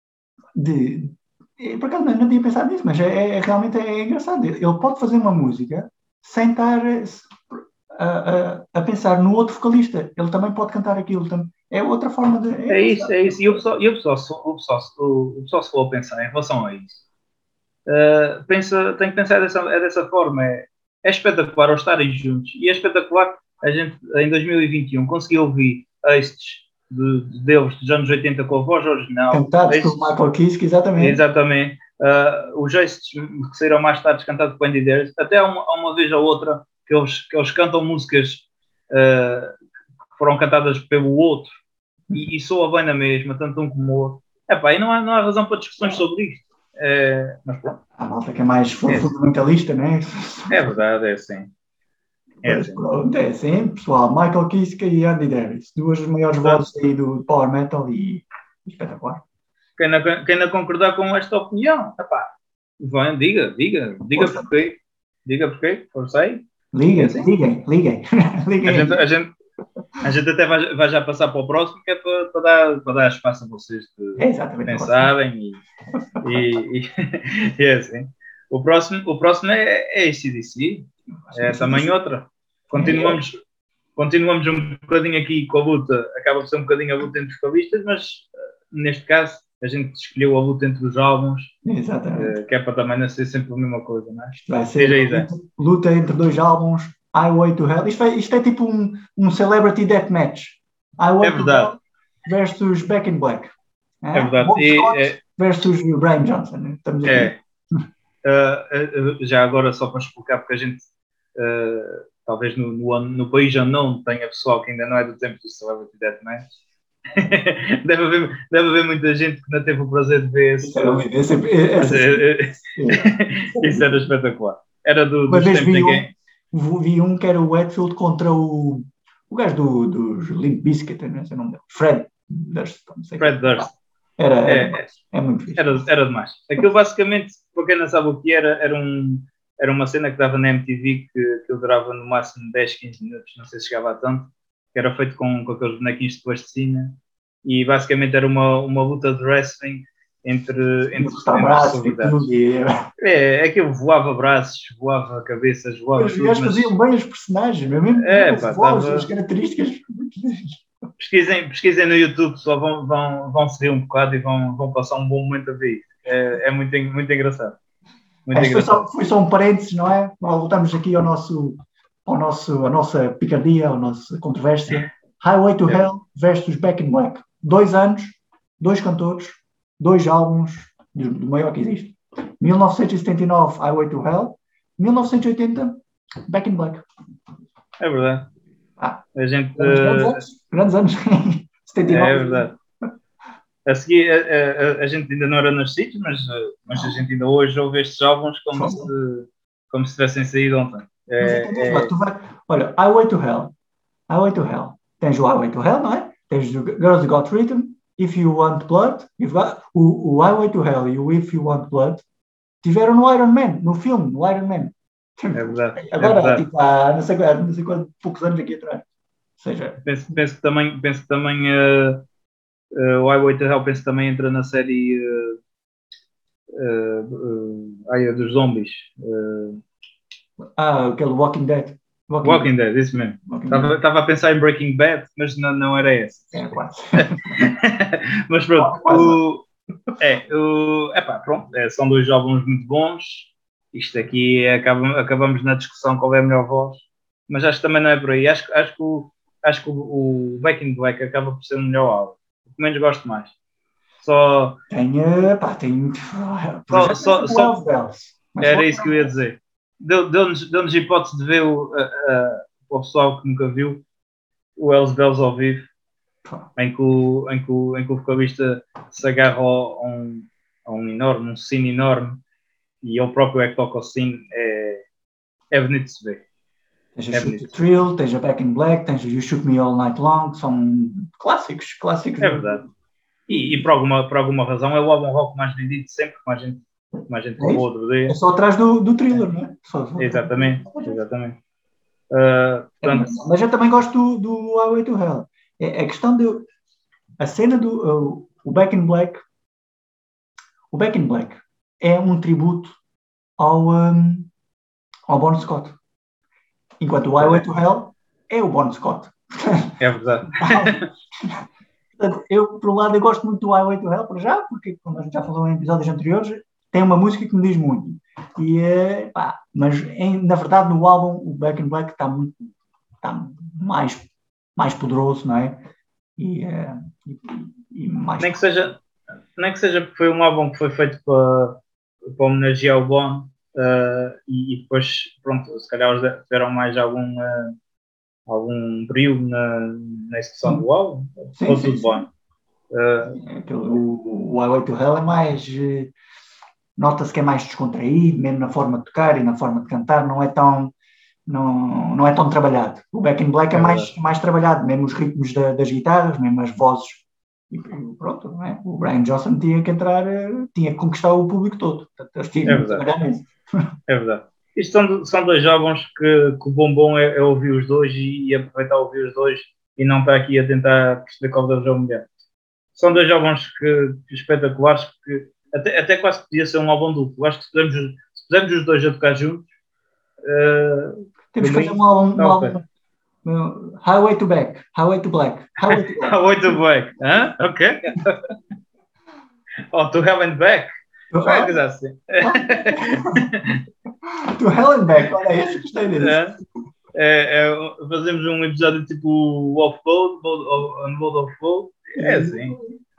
de por acaso não, não tinha pensado nisso, mas é, é realmente é, é engraçado. Ele pode fazer uma música sem estar a, a, a pensar no outro vocalista. Ele também pode cantar aquilo. É outra forma de. É, é isso, é isso. E o pessoal, e o pessoal, o pessoal, o pessoal se for a pensar em relação a isso, uh, pensa, tem que pensar dessa, é dessa forma. É, é espetacular ao estarem juntos. E é espetacular a gente, em dois mil e vinte e um, conseguiu ouvir estes de, de deles dos anos oitenta com a voz original. Cantados Estes, pelo Michael Kiske, exatamente. Exatamente. Uh, os gestos que saíram mais tarde cantados por Andy Darius, até há uma, há uma vez ou outra que eles, que eles cantam músicas uh, que foram cantadas pelo outro e, e soa bem na mesma, tanto um como o outro. Epá, e não há, não há razão para discussões sobre isto. É, mas pronto. A malta que é mais É fundamentalista, não é? É verdade, é assim. É Mas assim. pronto, é assim, pessoal. Michael Kiske e Andy Davis, duas maiores vozes aí do Power Metal e espetacular. Quem não, quem não concordar com esta opinião, epá, vão, diga, diga, diga Força. porquê. Diga porquê, forcei. Liguem, É assim. liguem, liguem. liguem. A gente, a, gente, a gente até vai, vai já passar para o próximo, que é para, para, dar, para dar espaço a vocês de É exatamente pensarem e, e, e, e é assim. O próximo, o próximo é, é A C D C, é também outra. Continuamos, continuamos um bocadinho aqui com a luta, acaba por ser um bocadinho a luta entre os vocalistas, mas neste caso a gente escolheu a luta entre os álbuns, exatamente. que é para também não ser sempre a mesma coisa, não é? Isto vai ser Seja luta, luta entre dois álbuns, Highway to Hell. Isto, vai, isto é tipo um, um Celebrity Deathmatch. Highway é to verdade. Hell versus Back in Black. É, é verdade. E, é, versus Brian Johnson. Estamos aqui. É. Uh, uh, já agora, só para explicar, porque a gente uh, talvez no, no, no país já não tenha pessoal que ainda não é do tempo do Celebrity Deathmatch. deve, haver, deve haver muita gente que não teve o prazer de ver esse. Esse, esse, esse, Isso era espetacular. Era do, Uma dos vez tempos vi em um, vi um que era o Hetfield contra o, o gajo do, dos Limp Bizkit, não sei o nome dele. Fred Durst. Não sei Fred Durst. Era, era, é, é muito fixe. Era, era demais. Aquilo basicamente, para quem não sabe o que era, era, um, era uma cena que dava na M T V que, que eu durava no máximo dez, quinze minutos, não sei se chegava a tanto, que era feito com, com aqueles bonequinhos de plasticina e basicamente era uma, uma luta de wrestling entre, entre, entre braços, e é, aquilo voava braços, voava cabeças, voava os tudo. Os mas... faziam bem os personagens, mesmo é, as pá, vozes, tava... as características. Pesquisem, pesquisem no YouTube, só vão, vão, vão se rir um bocado e vão, vão passar um bom momento a ver isso. É, é muito, muito engraçado. Muito é, engraçado. Foi, só, foi só um parênteses, não é? Voltamos aqui ao nosso, ao nosso, à nossa picardia, à nossa controvérsia. Highway to é. Hell versus Back in Black. Dois anos, dois cantores, dois álbuns do, do maior que existe. mil novecentos e setenta e nove, Highway to Hell. mil novecentos e oitenta, Back in Black. É verdade. Ah, a gente, grandes, grandes anos. Grandes anos. setenta e nove. É verdade. A seguir, a, a, a gente ainda não era nascido, mas, mas a gente ainda hoje ouve estes álbuns como, se, como se tivessem saído ontem. É, mas é, é... Tu vai... Olha, Highway to Hell. Highway to Hell. Tens o Highway to Hell, não é? Tens o Girls Got Rhythm, If You Want Blood. You've got... o, o Highway to Hell e o If You Want Blood tiveram no Iron Man, no filme, no Iron Man. É verdade. Agora, é verdade. Tipo, há não sei, não sei quantos poucos anos aqui atrás. Ou seja... Penso, penso que também, penso que também uh, uh, o Highway to Hell penso que também entra na série uh, uh, uh, ai, dos zombies. Uh, ah, aquele Walking Dead. Walking, Walking Dead. Dead, isso mesmo. Estava a pensar em Breaking Bad, mas não, não era esse. É, quase. Mas pronto, o, é, o, epá, pronto é, são dois álbuns muito bons. Isto aqui é, acabamos, acabamos na discussão qual é a melhor voz, mas acho que também não é por aí. Acho, acho que, o, acho que o, o Back in Black acaba por ser o melhor álbum. O que menos gosto mais. Só. Tem. Pá, tem. Só, só, só, era isso que eu ia dizer. Deu-nos deu hipótese de ver o, a, a, o pessoal que nunca viu o Hells Bells ao vivo, em que o, em que o, em que o vocalista se agarra a um, a um enorme, um sino enorme, e ele próprio é que toca o sino. É, é bonito de se ver. Tens a é Shoot the Thrill, tens a Back in Black, tens a You Shook Me All Night Long, são clássicos, clássicos. É verdade. E, e por, alguma, por alguma razão é o álbum rock mais vendido sempre, como a gente, como a gente falou é outro dia. É só atrás do, do Thriller, não é? Só, só exatamente, exatamente. Uh, portanto... é, mas eu também gosto do, do Highway to Hell. É, a questão de... A cena do... Uh, o Back in Black... O Back in Black é um tributo ao, um, ao Bon Scott. Enquanto o Highway to Hell é o Bon Scott. É verdade. Eu, por um lado, eu gosto muito do Highway to Hell, para já, porque, como a gente já falou em episódios anteriores, tem uma música que me diz muito. E, uh, pá, mas, em, na verdade, no álbum, o Back in Black está muito está mais, mais poderoso, não é? E, uh, e, e mais... Nem que seja, nem que seja porque foi um álbum que foi feito para, para homenagear o Bon, uh, e, e depois, pronto, se calhar eles tiveram mais algum, uh, algum brilho na, na execução do álbum, ficou tudo bom. Uh, o, o Highway to Hell é mais... Uh, nota-se que é mais descontraído, mesmo na forma de tocar e na forma de cantar, não é tão... Não, não é tão trabalhado. O Back in Black é, é mais, mais trabalhado, mesmo os ritmos da, das guitarras, mesmo as vozes. E pronto, não é? O Brian Johnson tinha que entrar, tinha que conquistar o público todo. Portanto, eles tinham que trabalhar nisso. É verdade. Isto são, são dois álbuns que, que o bom bom é, é ouvir os dois e, e aproveitar ouvir os dois e não estar aqui a tentar perceber qual deles é o melhor. São dois álbuns que, que espetaculares, que até, até quase podia ser um álbum duplo. Acho que se pusermos, se pusermos os dois a tocar juntos, uh, temos que fazer um álbum, um álbum uh, Highway to Back, Highway to Black, Highway to Black. Highway to Black, huh? Ok. Oh, to Hell and Back. To é coisa assim. To Hell and Back, olha isso, gostei disso. É, é, é, fazemos um episódio tipo Off Road, On Road Off Road. É assim.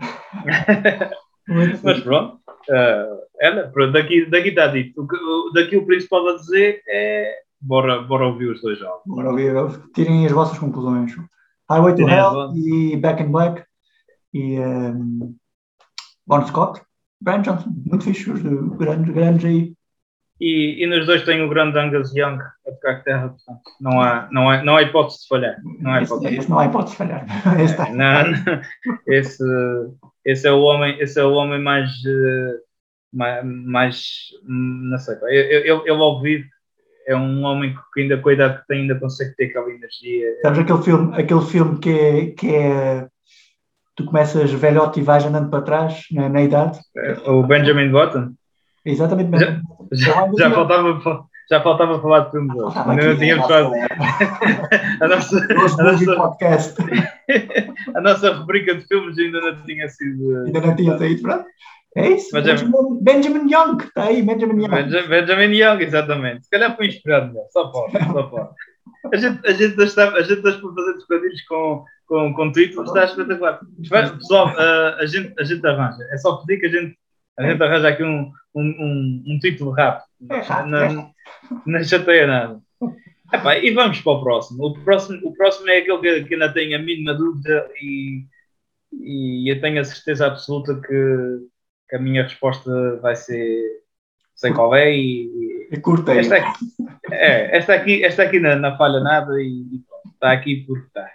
Mas pronto. Uh, ela, pronto, daqui, daqui está dito. O, daqui o principal a dizer é bora, bora ouvir os dois jogos. Bora ouvir, tirem as vossas conclusões. Highway to Hell e Back in Black e um, Bon Scott, Brian Johnson, muito fixe, os grandes, grandes aí. E, e nos dois tem o grande Angus Young a tocar guitarra, portanto, não há, não, há, não há hipótese de falhar. Não há hipótese, esse, esse não há hipótese de falhar. Esse, tá. não, não, esse, esse, é o homem, esse é o homem mais, mais, mais não sei, eu, eu, eu ao vivo é um homem que ainda com a idade que tem ainda consegue ter aquela energia. Sabes aquele filme, aquele filme que é, que é tu começas velhote e vais andando para trás na, na idade? O Benjamin Button? Exatamente. Já, já, já, faltava, já faltava falar de filmes hoje. Ah, não tínhamos falado. A nossa, a, nossa, podcast. a nossa rubrica de filmes ainda não tinha sido. Ainda não tinha saído, pronto. É isso. Mas Benjamin, é... Benjamin Young. Está aí, Benjamin Young. Benjamin, Benjamin Young, exatamente. Se calhar foi inspirado melhor. Só pode. Só pode. A gente, a gente está a gente está por fazer trocadilhos com, com, com títulos, está espetacular. Pessoal, uh, a, gente, a gente arranja. É só pedir que a gente, a gente arranja aqui um, um, um, um título rápido. É rápido. Não, É. não chateia nada. Epá, e vamos para o próximo. O próximo, o próximo é aquele que, que ainda tem a mínima dúvida e, e eu tenho a certeza absoluta que, que a minha resposta vai ser sei qual é e, e curtei. Esta aqui, é, esta aqui, esta aqui não, não falha nada e, e pronto, está aqui porque está.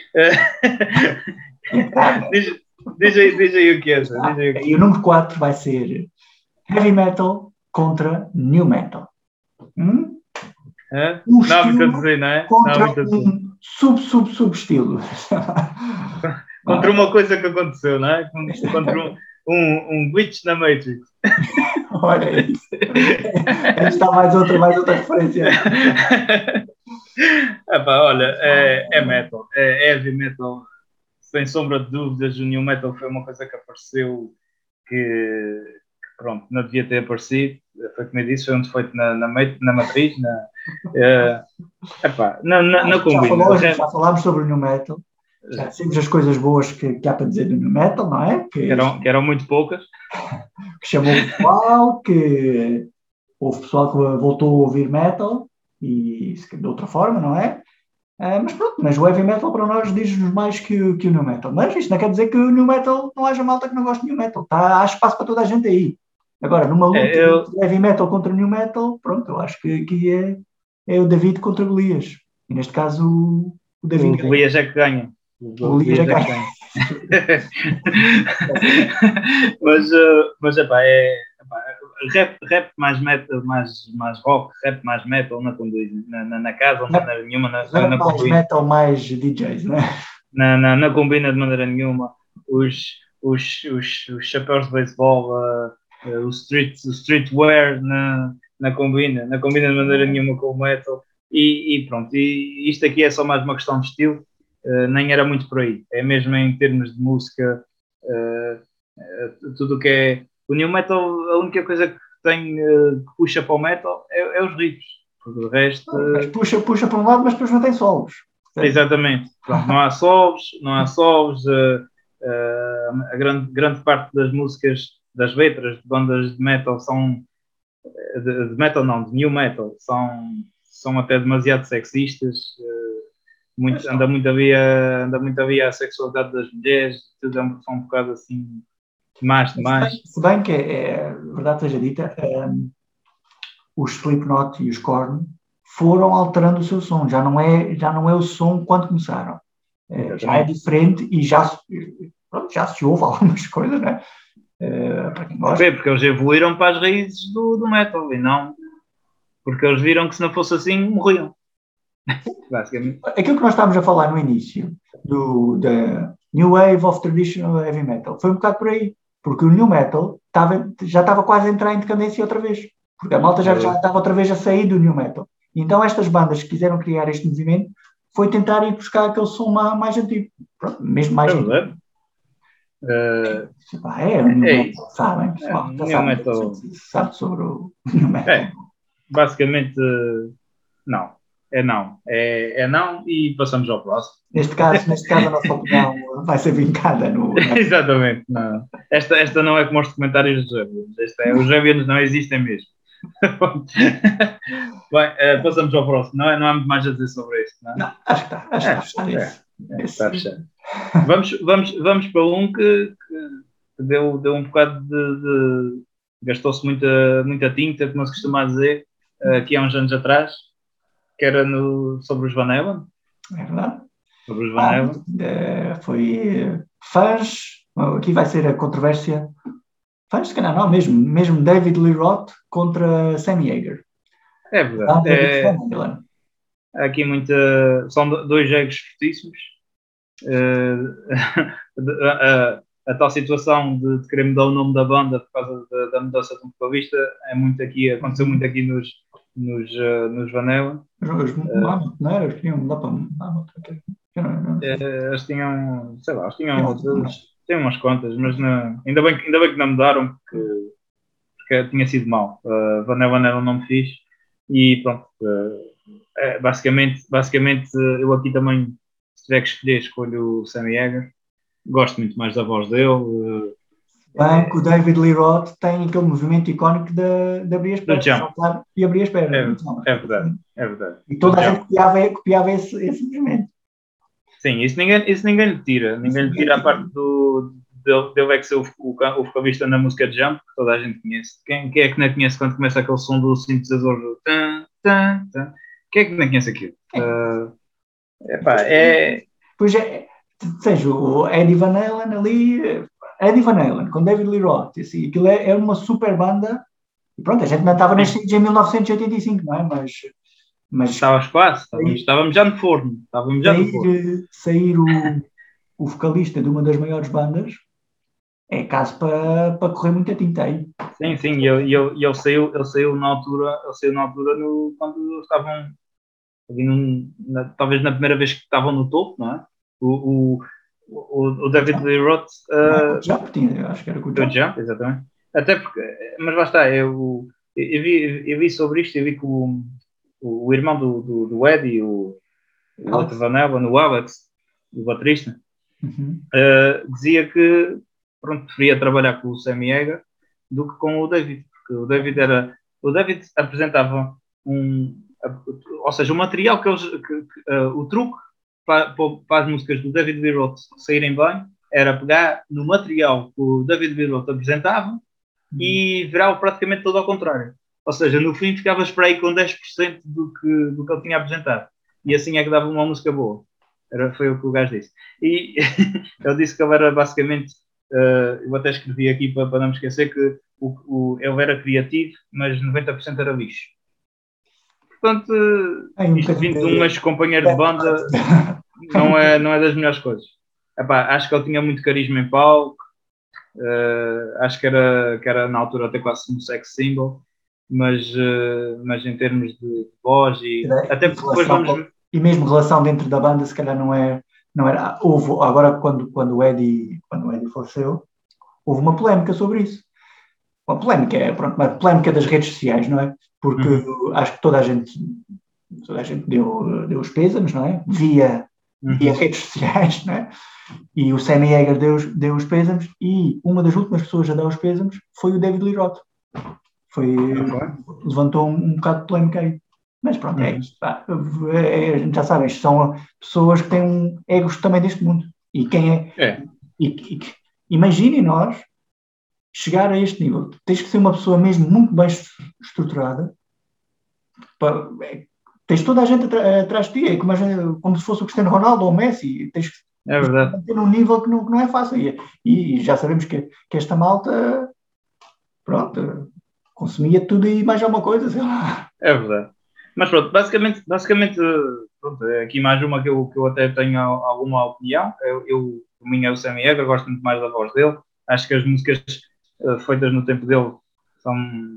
diz, diz, aí, diz aí o que é. Diz aí o, que é. E o número quatro vai ser Heavy Metal contra New Metal. Hum? É? Um não há muito a dizer, não é? Contra não há muito a dizer. um sub-sub-sub-estilo. Contra uma coisa que aconteceu, não é? Contra um, um, um glitch na Matrix. Olha isso. Aí está mais outra, mais outra referência. Epá, olha, é, é metal, é heavy metal, sem sombra de dúvidas. O new metal foi uma coisa que apareceu que, que pronto, não devia ter aparecido. Foi como eu disse, foi um defeito na, na, na matriz. Na, é, epá, não, não, não combina. Já, falou, já falámos sobre o new metal. Já dissemos as coisas boas que, que há para dizer do new metal, não é? Que, que, eram, que eram muito poucas. Que chamou o pessoal, que houve pessoal que voltou a ouvir metal e de outra forma, não é? Uh, mas pronto, mas o heavy metal para nós diz-nos mais que, que o new metal. Mas isto não quer dizer que o new metal não haja malta que não goste de new metal. Tá, há espaço para toda a gente aí. Agora, numa luta é, eu... de heavy metal contra new metal, pronto, eu acho que aqui é, é o David contra Golias. E neste caso o, o David. O Golias é que ganha. O Golias é que ganha. mas, uh, mas epá, é epá, rap, rap mais metal, mais, mais rock, rap mais metal na na, na, na casa, de maneira nenhuma. Na, rap na mais combina. Metal, mais D Js, não é? Na, na, na combina de maneira nenhuma. Os, os, os, os chapéus de beisebol, uh, uh, o, street, o streetwear na, na combina, na combina de maneira nenhuma com o metal. E, e pronto, e isto aqui é só mais uma questão de estilo. Uh, nem era muito por aí, é mesmo em termos de música, uh, uh, tudo o que é o new metal, a única coisa que tem, uh, que puxa para o metal é, é os riffs. O resto... Mas puxa, puxa para um lado, mas depois não tem solos. Exatamente. Pronto, não há solos, não há solos. Uh, uh, a grande, grande parte das músicas, das letras de bandas de metal são... De, de metal não, de new metal. São, são até demasiado sexistas. Uh, muito, anda, muito a via, anda muito a via a sexualidade das mulheres. Tudo é um, são um bocado assim... Mais demais. Se bem que, é, verdade seja dita, um, os Slipknot e os Korn foram alterando o seu som. Já não é, já não é o som quando começaram. É, já é diferente e já, pronto, já se ouve algumas coisas, né? É, para quem gosta. Porque eles evoluíram para as raízes do, do metal e não porque eles viram que se não fosse assim, morriam. Basicamente. Aquilo que nós estávamos a falar no início do da New Wave of Traditional Heavy Metal foi um bocado por aí. Porque o New Metal estava, já estava quase a entrar em decadência outra vez. Porque a malta já, já estava outra vez a sair do New Metal. E então estas bandas que quiseram criar este movimento foi tentar ir buscar aquele som mais antigo. Pronto, mesmo mais é antigo. Uh, é, é o New é Metal, sabem? Pessoal, é, já New sabe, Metal. sabe sobre o New Metal. É, basicamente, não. É não. É, é não e passamos ao próximo. Neste caso, neste caso a nossa opinião vai ser vincada no... Exatamente. Não. Esta, esta não é como os documentários dos Javianos. Esta é, os Javianos não existem mesmo. Bem, uh, passamos ao próximo. Não, é, não há muito mais a dizer sobre isto. Não, não acho que está. Acho é, que está é, é, é, está fechado. Vamos, vamos, vamos para um que, que deu, deu um bocado de... de gastou-se muita, muita tinta, como se costuma dizer, uh, aqui há uns anos atrás, que era no, sobre os Van Halen. É verdade. Sobre os Van Halen. Ah, foi fãs, aqui vai ser a controvérsia, fãs, se calhar não, mesmo, mesmo David Lee Roth contra Sammy Hagar. É verdade. É, é, aqui muita, são dois egos fortíssimos. Uh, a, a, a tal situação de, de querer mudar o nome da banda por causa da, da mudança de um vocalista é muito aqui, aconteceu muito aqui nos, nos, uh, nos Van Halen. Os Mammoth, não era? Eles tinham mudado para Mammoth. Eles tinham, sei lá, eles tinham, eles tinham umas contas, mas não, ainda, bem, ainda bem que não mudaram porque, porque tinha sido mau. Uh, Van Halen era um nome fixe e pronto. Uh, é, basicamente, basicamente, eu aqui também, se tiver que escolher, escolho o Sammy Hagar. Gosto muito mais da voz dele. Uh, Bem, que o David Lee Roth tem aquele movimento icónico de, de abrir as pernas e abrir as pernas. É, é verdade, é verdade. E toda a gente copiava, copiava esse, esse movimento. Sim, isso ninguém, isso ninguém lhe tira. Ninguém lhe tira a parte do dele é que ser o, o, o vocalista na música de Jump, que toda a gente conhece. Quem, quem é que não conhece quando começa aquele som do sintetizador? Do tan, tan, tan. Quem é que não conhece aquilo? Uh, epá, é... Pois é, seja, o Eddie Van Halen ali, Eddie Van Halen com David Lee Roth, assim, aquilo é, é uma super banda. E pronto, a gente não estava nascidos em mil novecentos e oitenta e cinco, não é? Mas... Mas estava quase, estávamos, estávamos já no forno. Estávamos já sair, no forno. Sair o, o vocalista de uma das maiores bandas é caso para, para correr muita tinta aí. Sim, sim, e ele, ele, ele, saiu, ele saiu na altura, ele saiu na altura no, quando estavam, num, na, talvez na primeira vez que estavam no topo, não é? O, o, o, o David Lee Roth. Uh, o Jump tinha, eu acho que era com o Jump. Jump, exatamente. Até porque, mas lá está, eu, eu, vi, eu vi sobre isto, eu vi que o. O, o irmão do, do, do Eddie, o, o outro Van Halen, o Alex, o baterista, uhum. uh, dizia que pronto, preferia trabalhar com o Sammy Hagar do que com o David, porque o David era, o David apresentava um, ou seja, o material que eles, que, que, uh, o truque para, para as músicas do David Lee Roth saírem bem era pegar no material que o David Lee Roth apresentava uhum. e virar praticamente todo ao contrário. Ou seja, no fim ficavas para aí com dez por cento do que, do que ele tinha apresentado. E assim é que dava uma música boa. Era, foi o que o gajo disse. E ele disse que ele era basicamente... Uh, eu até escrevi aqui para, para não me esquecer que o, o, ele era criativo, mas noventa por cento era lixo. Portanto, uh, isto vindo de um ex-companheiro de banda não é, não é das melhores coisas. Epá, acho que ele tinha muito carisma em palco. Uh, acho que era, que era na altura até quase um sex symbol. Mas, uh, mas em termos de voz e, e até porque depois vamos... Com, e mesmo relação dentro da banda se calhar não é, não era, houve, agora quando, quando o Eddie quando o Eddie faleceu, houve uma polémica sobre isso, uma polémica, é, pronto, uma polémica das redes sociais, não é? Porque uhum. acho que toda a gente, toda a gente deu, deu os pêsames, não é? Via, uhum. via redes sociais, não é? E o Sammy Hagar deu, deu os pêsames e uma das últimas pessoas a dar os pêsames foi o David Lee Roth. Foi, okay. Levantou um, um bocado de polémica aí. Mas pronto, uhum. é isto. Pá, é, a gente já sabe, são pessoas que têm um egos também deste mundo. E quem é... é. E, e, imaginem nós chegar a este nível. Tens que ser uma pessoa mesmo muito bem estruturada. Para, é, tens toda a gente atrás de ti. É como, como se fosse o Cristiano Ronaldo ou o Messi. Tens que é verdade. ter um nível que não, que não é fácil. E, e já sabemos que, que esta malta, pronto, consumia tudo e mais alguma coisa, sei lá. É verdade. Mas pronto, basicamente, basicamente pronto, aqui mais uma que eu, que eu até tenho alguma opinião. Eu, eu o minha é o Sammy Hagar, gosto muito mais da voz dele. Acho que as músicas uh, feitas no tempo dele são,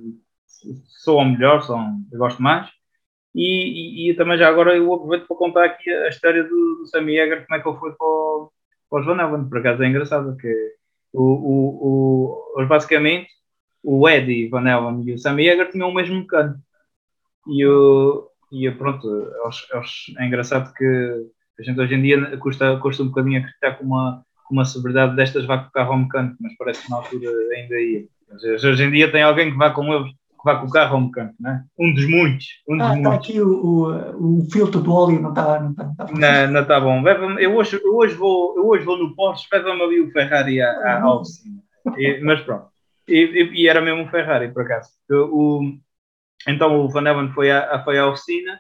soam melhor, são, eu gosto mais. E, e, e também já agora eu aproveito para contar aqui a história do, do Sammy Hagar, como é que ele foi para, o, para os Van Halen. Por acaso é engraçado, que o, o, o, basicamente o Eddie Van Halen e o Sammy Hagar tinham o mesmo mecânico. E, o, e pronto, é engraçado que a gente hoje em dia custa, custa um bocadinho acreditar que uma, uma celebridade destas vai com o carro ao mecânico, mas parece que na altura ainda ia. Mas hoje em dia tem alguém que vai com eles, que vai com o carro ao mecânico, não é? Um dos muitos. Um dos ah, muitos. Está aqui o, o, o filtro do óleo, não está não tá, tá não, não está bom. Eu hoje, eu, hoje vou, eu hoje vou no Porsche, leva-me ali o Ferrari à, à, à oficina. E, mas pronto. E, e, e era mesmo um Ferrari, por acaso. O, então o Van Halen foi à, foi à oficina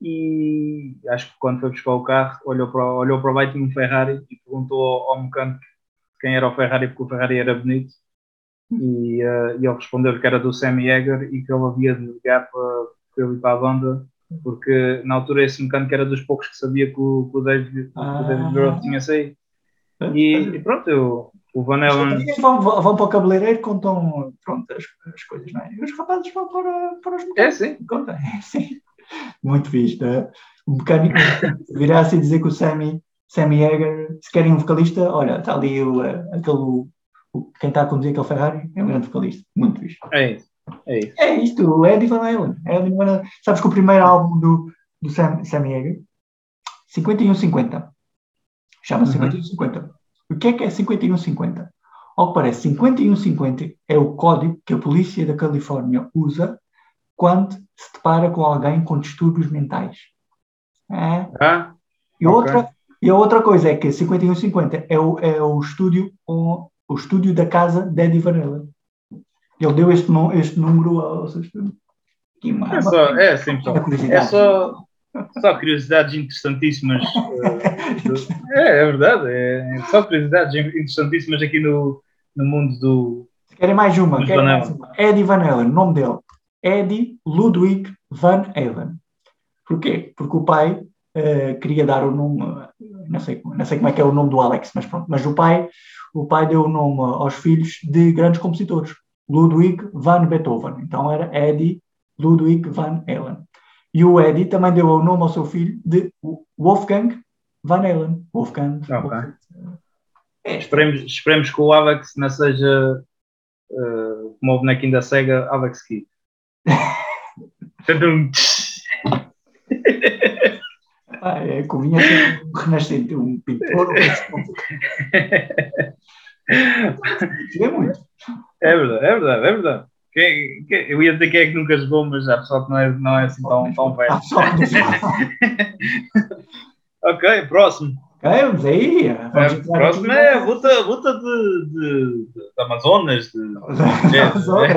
e acho que quando foi buscar o carro olhou para, olhou para baixo de um Ferrari e perguntou ao, ao mecânico quem era o Ferrari, porque o Ferrari era bonito, e, uh, e ele respondeu que era do Sammy Hagar e que ele havia de ligar para, para ele ir para a banda, porque na altura esse mecânico era dos poucos que sabia que o, que o David, ah. David Roth tinha saído. E, e pronto, eu, o Van Halen... Vão, vão para o cabeleireiro e contam pronto, as, as coisas, não é? E os rapazes vão para, para os mecânicos. É, sim. Contam, é, sim. Muito visto. É? O mecânico virá assim dizer que o Sammy, Sammy Hagar, se querem um vocalista, olha, está ali o, aquele, o, quem está a conduzir aquele Ferrari, é um grande vocalista. Muito visto. É isso. É, isso. é isto, o Eddie Van Halen. Eddie Van Halen. Sabes que o primeiro álbum do, do Sam, Sammy Hagar, cinquenta e um cinquenta. Chama-se cinquenta e um cinquenta. O que é que é cinquenta e um cinquenta? Ao que parece, cinquenta e um cinquenta é o código que a polícia da Califórnia usa quando se depara com alguém com distúrbios mentais. É? Ah, e, outra, okay. e a outra coisa é que cinquenta e um cinquenta é o, é o, estúdio, o, o estúdio da casa de Eddie Van Halen. Ele deu este, este número ao seu estúdio. Que é só, é, assim, é só... Só curiosidades interessantíssimas. Uh, é, é verdade. É, só curiosidades interessantíssimas aqui no, no mundo do. Querem mais uma? Querem mais uma. Eddie Van Halen, o nome dele. Eddie Ludwig Van Halen. Porquê? Porque o pai uh, queria dar o nome. Não sei, não sei como é que é o nome do Alex, mas pronto. Mas o pai, o pai deu o nome aos filhos de grandes compositores. Ludwig van Beethoven. Então era Eddie Ludwig Van Halen. E o Eddie também deu o nome ao seu filho de Wolfgang Van Halen. Wolfgang. Okay. Wolfgang. É. Esperemos, esperemos que o Alex não seja uh, como o bonequinho da Sega, Alex Kidd. ah, é, convinha ser um renascente, um pintor. É muito. É verdade, é verdade, é verdade. Quem, quem, eu ia dizer quem é que nunca jogou, mas há pessoal que não é, não é assim tão, tão velho. Ok, próximo. Ok, vamos aí. Vamos é, próximo é a luta, luta de, de, de, de Amazonas. De, de, Amazonas.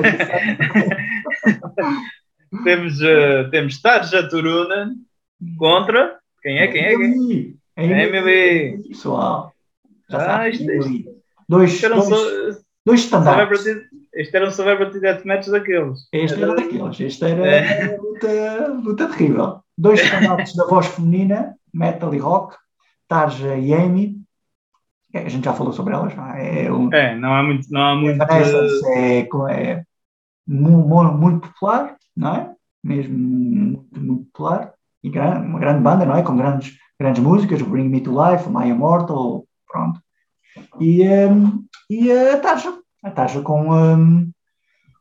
temos, uh, temos Tarja Turunen contra. Quem é? Quem é? Quem é? Emily. Pessoal. Ah, isto, isto. Dois, dois, dois, dois standards. Este era um Celebrity Deathmatch daqueles. Este era daqueles. Este era é. luta, luta terrível. Dois standards da voz feminina, metal e rock, Tarja e Amy. A gente já falou sobre elas. Não é? É, um, é não há muito. Não há muito é, é muito, muito popular, não é? Mesmo muito, muito popular. E grande, uma grande banda, não é? Com grandes, grandes músicas, Bring Me to Life, My Immortal, pronto. E, um, e a Tarja. A Tarja com, um,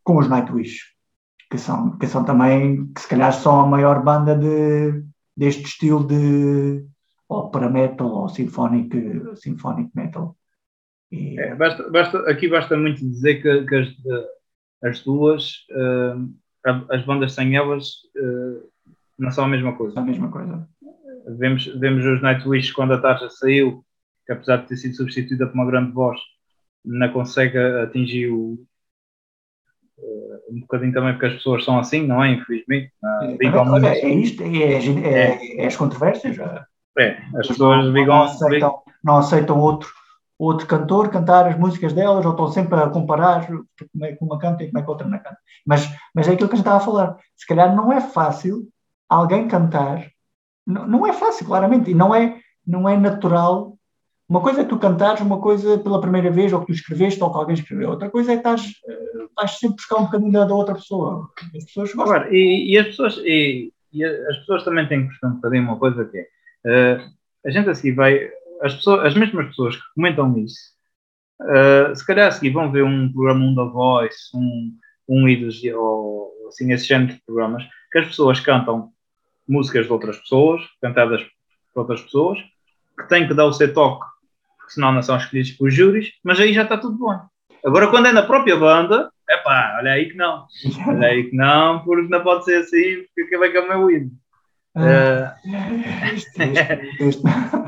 com os Nightwish, que são, que são também, que se calhar são a maior banda de, deste estilo de opera metal ou symphonic, symphonic metal. E... É, basta, basta, aqui basta muito dizer que, que as, as duas, uh, as bandas sem elas, uh, não são a mesma coisa. A mesma coisa. Vemos, vemos os Nightwish quando a Tarja saiu, que apesar de ter sido substituída por uma grande voz, não consegue atingir o, uh, um bocadinho também porque as pessoas são assim, não é? Infelizmente. Uh, ligam Olha, muito. É isto, é, é, é, é as controvérsias. É, as pessoas não, ligam, não, aceitam, não aceitam outro, outro cantor cantar as músicas delas, ou estão sempre a comparar como é que uma canta e como é que a outra não canta. Mas, mas é aquilo que a gente estava a falar. Se calhar não é fácil alguém cantar, não, não é fácil, claramente, e não é, não é natural. Uma coisa é tu cantares uma coisa pela primeira vez, ou que tu escreveste, ou que alguém escreveu. Outra coisa é que estás, estás sempre buscar um bocadinho da outra pessoa. As pessoas gostam. Claro, e, e, as pessoas, e, e as pessoas também têm que gostar um bocadinho uma coisa que é, uh, a gente assim vai, as, pessoas, as mesmas pessoas que comentam isso, uh, se calhar a seguir vão ver um programa, um da Voice, um, um Idos, ou assim, esse género de programas, que as pessoas cantam músicas de outras pessoas, cantadas por outras pessoas, que têm que dar o seu toque, porque senão não são escolhidos por júris, mas aí já está tudo bom. Agora, quando é na própria banda, é pá, olha aí que não. Olha aí que não, porque não pode ser assim, porque aquele é que é o meu ídolo. Ah, isto, isto, isto.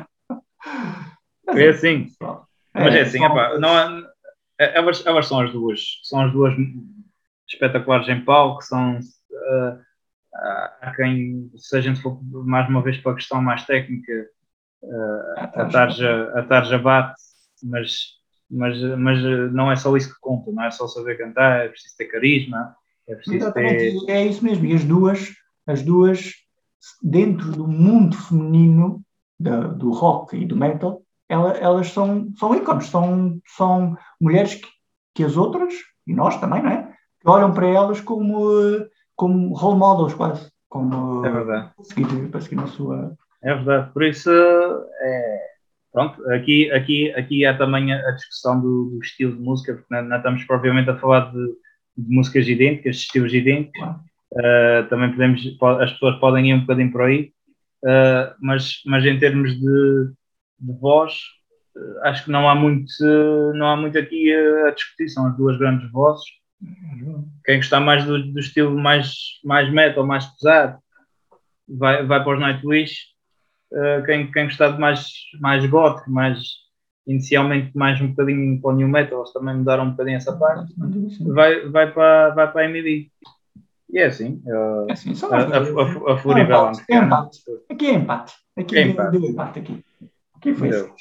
É assim. Mas é assim, epá, não há, elas, elas são as duas. São as duas espetaculares em palco, são... Uh, há quem, se a gente for mais uma vez para a questão mais técnica, uh, a, tarja, a tarja bate, mas, mas, mas não é só isso que conta, não é só saber cantar, é preciso ter carisma, é preciso ter... É isso mesmo, e as duas, as duas dentro do mundo feminino do, do rock e do metal, elas, elas são, são ícones, são, são mulheres que, que as outras, e nós também, não é? Que olham para elas como... como role models quase, como é verdade. Para, seguir, para seguir na sua... É verdade, por isso é, pronto, aqui, aqui, aqui há também a discussão do, do estilo de música, porque não, não estamos propriamente a falar de, de músicas idênticas, de estilos idênticos, claro. uh, também podemos, as pessoas podem ir um bocadinho por aí, uh, mas, mas em termos de, de voz, uh, acho que não há muito, uh, não há muito aqui a, a discutir, são as duas grandes vozes. Quem gostar mais do, do estilo mais, mais metal, mais pesado, vai, vai para os Nightwish. Uh, quem, quem gostar de mais, mais gótico, mais inicialmente mais um bocadinho para o new metal, eles também mudaram um bocadinho essa parte, vai, vai, para, vai para a M D. E é assim, uh, é assim a, a, a, a Floribela americana. Aqui é empate. Aqui é empate. Deu empate aqui. Aqui foi isso.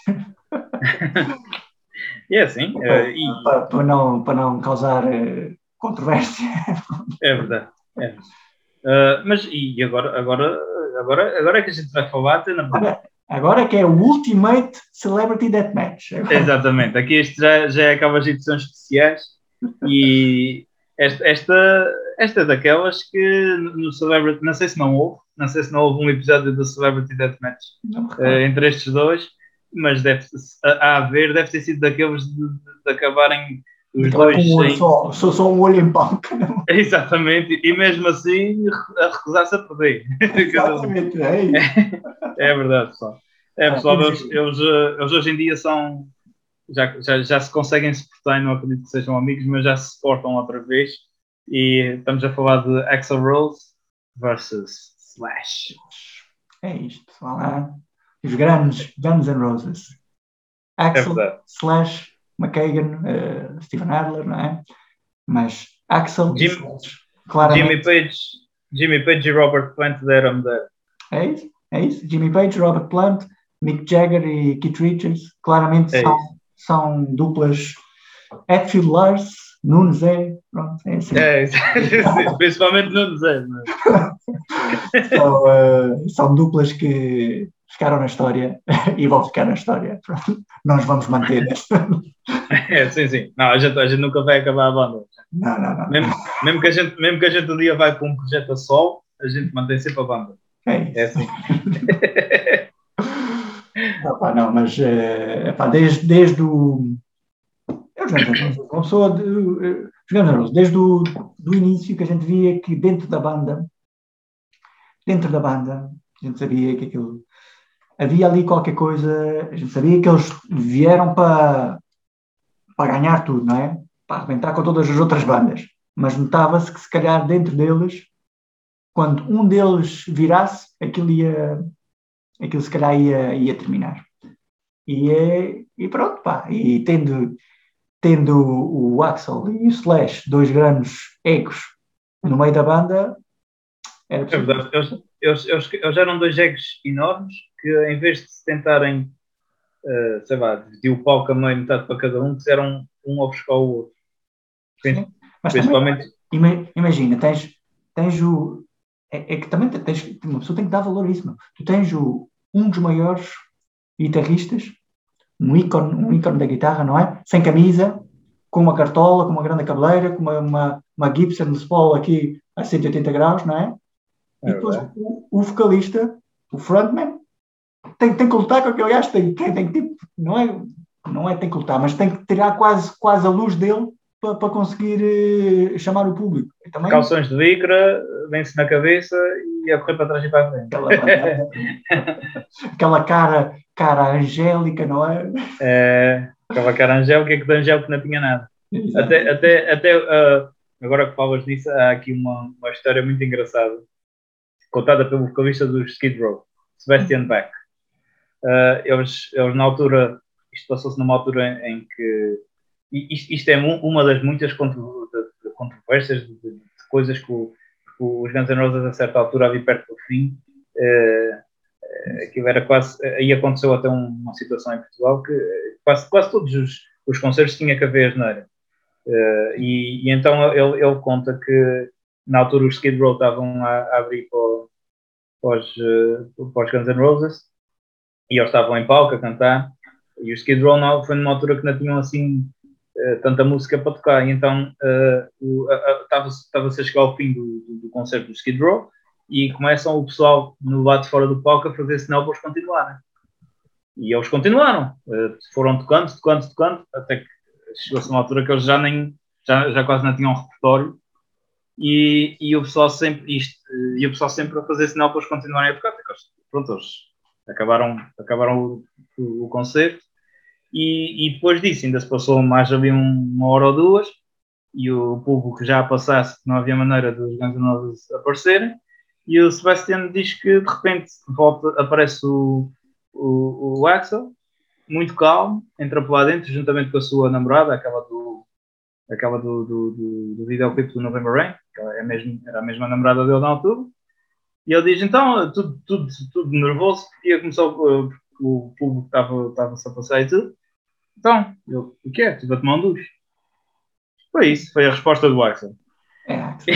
E é assim. Para, uh, e... para, para, não, para não causar uh, controvérsia. É verdade. É. Uh, mas e agora, agora, agora, agora é que a gente vai falar. Agora, agora que é o Ultimate Celebrity Deathmatch. Exatamente. Aqui este já, já é aquelas edições especiais e esta, esta, esta é daquelas que no Celebrity, não sei se não houve, não sei se não houve um episódio do Celebrity Deathmatch uh, entre estes dois, mas deve, a, a haver, deve ter sido daqueles de, de, de acabarem os de dois um olho sem... só, só, só um olho em palco. Exatamente, e mesmo assim a recusar-se a perder. Exatamente, é isso. É, é verdade, pessoal. É, pessoal, eles, eles, eles hoje em dia são... Já, já, já se conseguem suportar, não acredito que sejam amigos, mas já se suportam outra vez. E estamos a falar de Axl Rose versus Slash. É isto, pessoal. Né? Os grandes Guns N' Roses. Axl, é Slash, McKagan, uh, Steven Adler, não é? Mas Axl Jim, e Slash, claramente. Jimmy Page, Jimmy Page e Robert Plant deram there. É isso, é isso. Jimmy Page, Robert Plant, Mick Jagger e Keith Richards, claramente é são, são duplas. Hetfield Lars, Nunes é, pronto, é assim. É, principalmente Nunes é. Mas... são, uh, são duplas que ficaram na história e vão ficar na história. Pronto. Nós vamos manter esta. É, sim, sim. Não, a gente, a gente nunca vai acabar a banda. Não, não, não. Mesmo, mesmo, que a gente, mesmo que a gente um dia vai para um projeto a sol, a gente mantém sempre a banda. É isso. É assim. Não, pá, não, mas é, pá, desde, desde o. Eu já não uma pessoa de. Desde o do início que a gente via que dentro da banda, dentro da banda, a gente sabia que aquilo, havia ali qualquer coisa, a gente sabia que eles vieram para, para ganhar tudo, não é? Para arrebentar com todas as outras bandas. Mas notava-se que se calhar dentro deles, quando um deles virasse, aquilo ia, aquilo se calhar ia, ia terminar. E, e pronto, pá, e tendo, tendo o Axl e o Slash, dois grandes egos no meio da banda, era É possível. verdade, eles, eles, eles, eles eram dois egos enormes que, em vez de se tentarem, uh, sei lá, dividir o palco a meio, metade para cada um, quiseram um a buscar o outro. Sim. Mas Principalmente. também, imagina, tens, tens o. É, é que também tens, uma pessoa tem que dar valor a isso, meu. Tu tens o, um dos maiores guitarristas, um ícone, um ícone da guitarra, não é? Sem camisa, com uma cartola, com uma grande cabeleira, com uma, uma, uma Gibson Les Paul aqui a cento e oitenta graus, não é? É E depois verdade. o, o vocalista, o frontman, tem, tem que lutar com aquele gajo, tem, tem, tem tipo, não é, não é tem que lutar, mas tem que tirar quase, quase a luz dele para, para conseguir eh, chamar o público. E também, Calções de licra, vem-se na cabeça e a correr para trás e para a frente. aquela, aquela cara, cara angélica, não é? É, aquela cara angélica que de angélico não tinha nada. Até, até, até uh, agora que falas nisso, há aqui uma, uma história muito engraçada, contada pelo vocalista dos Skid Row, Sebastian Bach. Uh, eles, eles, na altura, isto passou-se numa altura em que. Isto, isto é uma das muitas contro, de, de controvérsias, de, de, de coisas que, o, que os Guns N' Roses, a certa altura, ali perto do fim, uh, aquilo era quase. Aí aconteceu até uma situação em Portugal que quase, quase todos os, os concertos tinha que haver asneira. Uh, e, e então ele, ele conta que na altura os Skid Row estavam a, a abrir para, para, os, uh, para os Guns N' Roses e eles estavam em palco a cantar e os Skid Row não, foi numa altura que não tinham assim uh, tanta música para tocar e então estava-se uh, a chegar ao fim do, do, do concerto do Skid Row e começam o pessoal no lado de fora do palco a fazer sinal para eles continuarem e eles continuaram, uh, foram tocando, tocando, tocando até que chegou-se a uma altura que eles já, nem, já, já quase não tinham um repertório e, e, o pessoal sempre, isto, e o pessoal sempre a fazer sinal para eles continuarem a tocar, porque eles, pronto, eles acabaram, acabaram o, o, o concerto e, e depois disso ainda se passou mais ali um, uma hora ou duas e o público já passasse, não havia maneira dos Guns N' Roses aparecerem e o Sebastian diz que de repente volta, aparece o, o, o Axl muito calmo, entra por lá dentro juntamente com a sua namorada, aquela do aquela do, do, do, do videoclipe do November Rain, que é mesmo, era a mesma namorada dele na altura, e ele diz, então, tudo, tudo, tudo nervoso, porque ia começar, o, o público estava-se a passar e tudo, então, eu, o que é? Estive a tomar um duche. Foi isso, foi a resposta do Axl. É,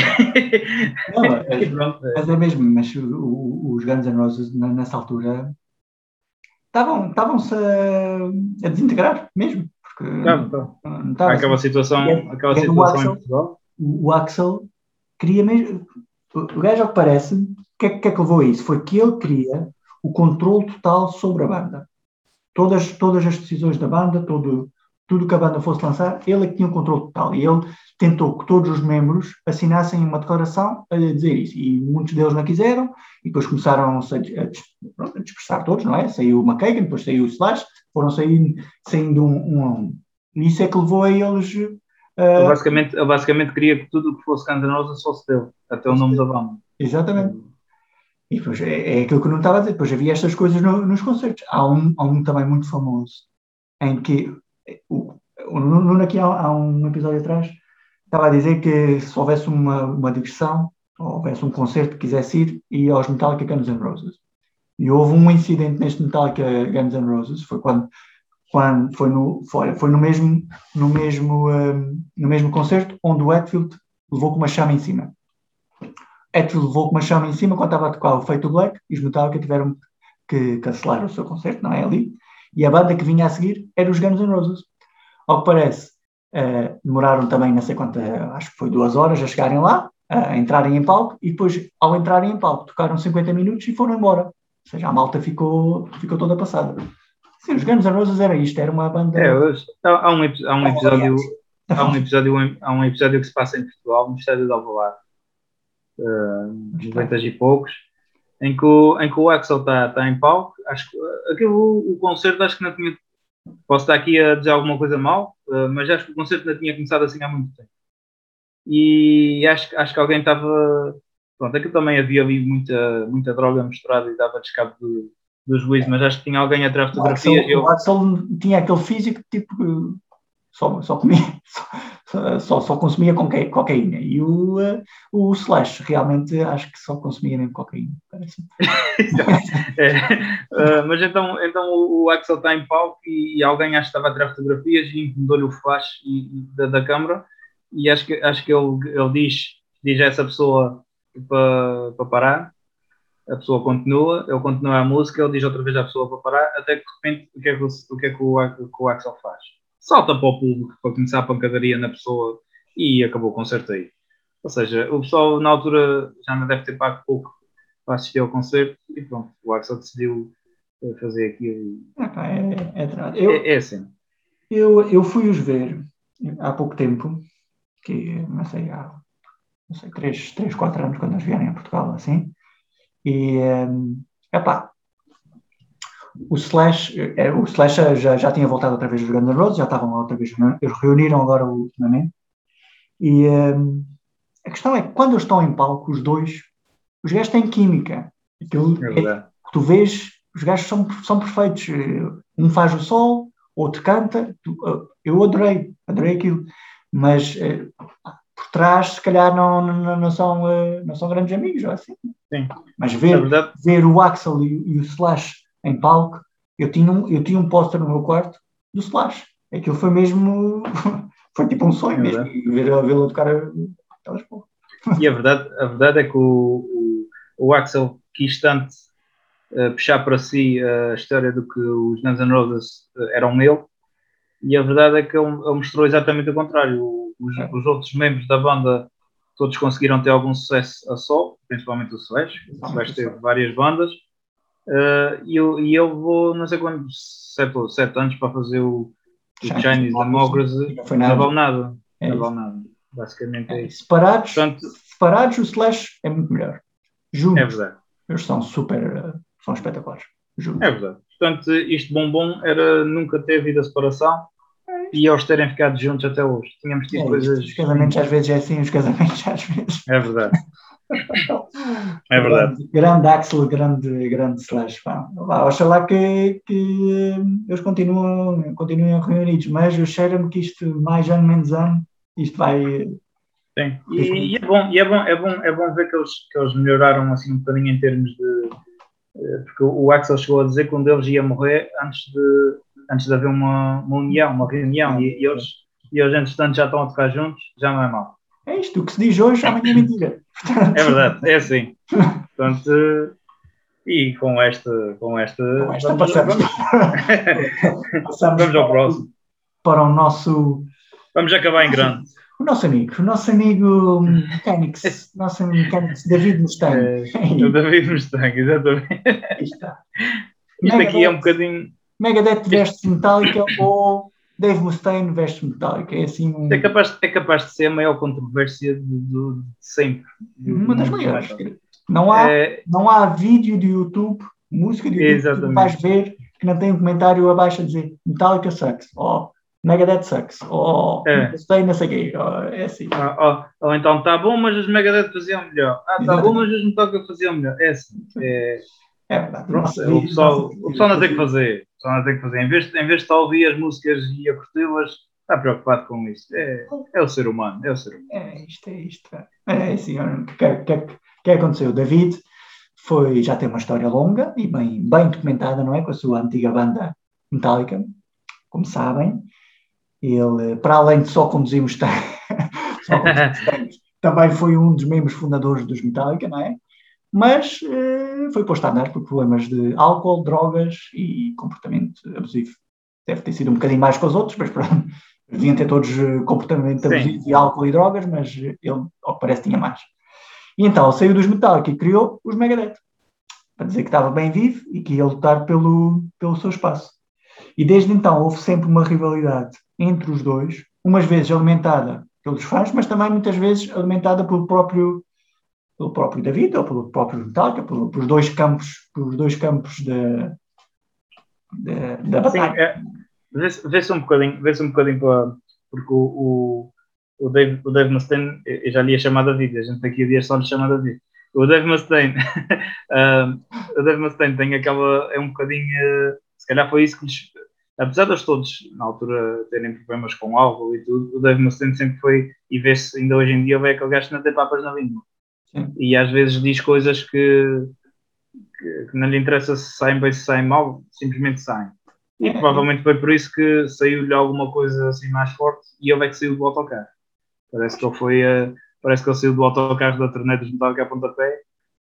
não, mas, mas é mesmo, mas o, o, os Guns N' Roses nessa altura estavam, estavam-se a, a desintegrar mesmo. Porque Claro, então. não estava aquela assim. situação, E, aquela e situação Axl, em Portugal. O, o Axl queria mesmo. O gajo, ao que parece, o que, é, que é que levou a isso? Foi que ele queria o controle total sobre a banda. Todas, todas as decisões da banda, todo, tudo que a banda fosse lançar, ele é que tinha o controle total. E ele tentou que todos os membros assinassem uma declaração a dizer isso. E muitos deles não quiseram, e depois começaram a, a, a dispersar todos, não é? Saiu o McKagan, depois saiu o Slash, foram saindo, saindo um, um a um. E isso é que levou a eles... Uh, eu, basicamente, eu basicamente queria que tudo o que fosse Guns N' Roses fosse dele, até o nome da banda. Exatamente. E depois é, é aquilo que eu não estava a dizer, depois havia estas coisas no, nos concertos. Há um, há um também muito famoso, em que o, o Nuno aqui há, há um episódio atrás estava a dizer que se houvesse uma, uma digressão, ou houvesse um concerto que quisesse ir, ia aos Metallica Guns N' Roses. E houve um incidente neste Metallica Guns N' Roses, foi quando, quando foi, no, foi, foi no mesmo, no, mesmo, um, no mesmo concerto onde o Hetfield levou com uma chama em cima. Hetfield levou com uma chama em cima quando estava a tocar o Fade to Black e os Metallica tiveram que cancelar o seu concerto, não é ali? E a banda que vinha a seguir era os Guns N' Roses. Ao que parece, uh, demoraram também, não sei quanto, uh, acho que foi duas horas a chegarem lá, uh, a entrarem em palco, e depois, ao entrarem em palco, tocaram cinquenta minutos e foram embora. Ou seja, a malta ficou, ficou toda passada. Sim, os Guns N' Roses era isto, era uma banda... É, há um, há um episódio... há um episódio, há um episódio que se passa em Portugal, no estádio de Alvalade, uh, noventa e poucos, em que o, em que o Axl está tá em palco. Acho que uh, aquilo, o concerto, acho que não tinha. Posso estar aqui a dizer alguma coisa mal, uh, mas acho que o concerto não tinha começado assim há muito tempo. E acho, acho que alguém estava. Pronto, aquilo também havia ali muita, muita droga misturada e dava descabo do, do juízo, mas acho que tinha alguém a tirar fotografias. O Axl tinha aquele físico tipo. Só, só comia, só, só, só consumia cocaína. E o, uh, o Slash realmente acho que só consumia mesmo cocaína. é, uh, mas então, então o Axl está em palco e, e alguém acho que estava a tirar fotografias e incomodou-lhe o flash e, da, da câmara, e acho que, acho que ele, ele diz, diz a essa pessoa para, para parar. A pessoa continua, ele continua a música, ele diz outra vez à pessoa para parar, até que de repente o que é que o, o, que é que o, que o Axl faz? Salta para o público para começar a pancadaria na pessoa e acabou o concerto aí. Ou seja, o pessoal na altura já não deve ter pago pouco para assistir ao concerto e pronto, o Axl decidiu fazer aquilo. É, é, eu, é, é assim. Eu, eu fui-os ver há pouco tempo, que não sei, há não sei, três, três, quatro anos, quando eles vierem a Portugal, assim, e, um, epá, o Slash, o Slash já, já tinha voltado outra vez os Guns N' Roses, já estavam lá outra vez, eles reuniram agora ultimamente, e um, a questão é que quando eles estão em palco, os dois, os gajos têm química. Aquilo é verdade. É, tu vês, os gajos são, são perfeitos. Um faz o sol, outro canta. Eu adorei, adorei aquilo. Mas por trás, se calhar, não, não, não, são, não são grandes amigos, ou assim. Sim. Mas ver, é ver o Axl e, e o Slash em palco, eu tinha um, eu tinha um póster no meu quarto do Slash. Aquilo foi mesmo, foi tipo um sonho é mesmo, ver, vê-lo tocar aquelas porras. E a verdade, a verdade é que o, o, o Axl quis tanto uh, puxar para si uh, a história do que os Guns N' Roses uh, eram ele, e a verdade é que ele, ele mostrou exatamente o contrário. Os, é. os outros membros da banda todos conseguiram ter algum sucesso a solo, principalmente o Slash. O Slash teve várias bandas, uh, e, e ele levou não sei quantos, sete, sete anos para fazer o, o Chinese Democracy. Não vale nada. É não vale nada. Basicamente é, é isso. Separados, Portanto, separados, o Slash é muito melhor. Juntos, é verdade. Eles são super, são espetaculares. Juntos. É verdade. Portanto, isto bombom era nunca ter havido a separação é e eles terem ficado juntos até hoje. Tínhamos tido é coisas... Os casamentos às vezes é assim, os casamentos às vezes... É verdade. É verdade. Grande, grande Axl, grande, grande Slash. Oxalá que, que eles continuem, continuem reunidos, mas eu cheiro-me que isto, mais ano, menos ano, isto vai... Sim, e, e, é bom, e é bom, é bom, é bom ver que eles, que eles melhoraram assim um bocadinho em termos de... Porque o Axl chegou a dizer que um deles ia morrer antes de, antes de haver uma, uma união, uma reunião, e, e, eles, e eles, entretanto, já estão a tocar juntos, já não é mal. É isto, o que se diz hoje, amanhã é mentira. É verdade, é assim. Portanto, e com esta... Com esta, com esta vamos, passamos, vamos, passamos vamos ao próximo. Para o nosso... Vamos acabar em grande. O nosso amigo, o nosso amigo Mechanics, nosso Mechanics, David Mustaine. É, o David Mustaine, exatamente. Está. Isto aqui é um bocadinho... Megadeth veste Metallica ou Dave Mustaine veste Metallica? É assim um... É capaz, é capaz de ser a maior controvérsia de, de, de sempre. De, Uma das maiores. Não há, é... não há vídeo de YouTube, música de YouTube, exatamente, que vais ver que não tem um comentário abaixo a dizer Metallica sucks, ou Megadeth sucks, ou é. Mustaine não sei o quê, ou, é assim. Ou, ou, ou então está bom, mas os Megadeth faziam melhor. Ah, está bom, mas os Metallica faziam melhor. É assim. É, é verdade. Pronto, o, pessoal, o pessoal não tem que fazer. O pessoal não tem que fazer. Em vez, de, em vez de estar a ouvir as músicas e a curti-las, está preocupado com isso. É, é o ser humano. É o ser humano. É isto, é isto. É assim, o que, que, que aconteceu? O David foi, já tem uma história longa e bem, bem documentada, não é? Com a sua antiga banda Metallica, como sabem. Ele, para além de só conduzir Mustang, só conduzir Mustangs, também foi um dos membros fundadores dos Metallica, não é? Mas eh, foi posto a andar por problemas de álcool, drogas e comportamento abusivo. Deve ter sido um bocadinho mais que os outros, mas pronto, deviam ter todos comportamento abusivo Sim. e álcool e drogas, mas ele, ao que parece, tinha mais. E então ele saiu dos Metallica e criou os Megadeth, para dizer que estava bem vivo e que ia lutar pelo, pelo seu espaço. E desde então houve sempre uma rivalidade entre os dois, umas vezes alimentada pelos fãs, mas também muitas vezes alimentada pelo próprio, pelo próprio David ou pelo próprio Metallica, pelo, pelos dois campos, pelos dois campos de, de, da batalha. Sim, é, vê-se, vê-se um bocadinho, vê-se um bocadinho para, porque o, o, o, Dave, o Dave Mustaine, eu já li a chamada vídeo, a gente daqui a dias só lhe chama vídeo. O Dave Mustaine, uh, o Dave Mustaine tem aquela, é um bocadinho, uh, se calhar foi isso que lhes, apesar de eles todos na altura terem problemas com álcool e tudo, o Dave Mustaine sempre foi, e vê-se ainda hoje em dia, vê aquele gajo que não tem papas na língua. Sim. E às vezes diz coisas que, que, que não lhe interessa se saem bem, se saem mal, simplesmente saem. E é, provavelmente foi por isso que saiu-lhe alguma coisa assim mais forte e ele é que saiu do autocarro. Parece que ele foi a, parece que ele saiu do autocarro da turnê dos Metallica a pontapé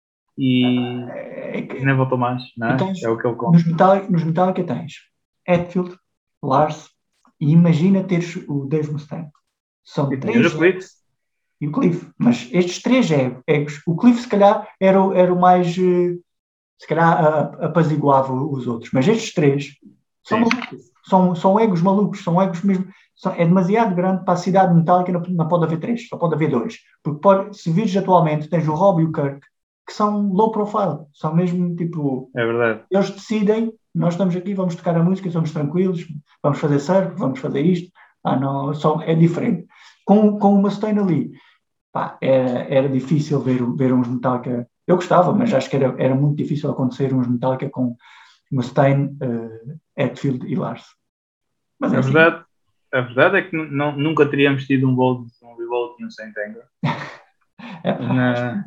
e é que, nem voltou mais, não é? Tens, é o que ele conta. Nos Metallica, nos Metallica tens Hetfield, Lars e imagina teres o Dave Mustaine. São e três egos e o Cliff. Mas estes três egos, o Cliff se calhar era, o, era o mais, se calhar apaziguava os outros, mas estes três são malucos, são, são egos malucos, são egos mesmo, são, é demasiado grande para a cidade Metallica, não, não pode haver três, só pode haver dois. Porque pode, se vires atualmente, tens o Rob e o Kirk, que são low profile, são mesmo tipo... É verdade. Eles decidem, nós estamos aqui, vamos tocar a música, somos tranquilos, vamos fazer surf, vamos fazer isto, ah, não, só, é diferente. Com, com o Mustaine ali, pá, era, era difícil ver, ver uns Metallica, eu gostava, mas acho que era, era muito difícil acontecer uns Metallica com Mustaine, uh, Hetfield e Lars. Mas é a, assim. verdade, a verdade é que não, nunca teríamos tido um Bold, um Revolt e um Saint Anger. é, Na...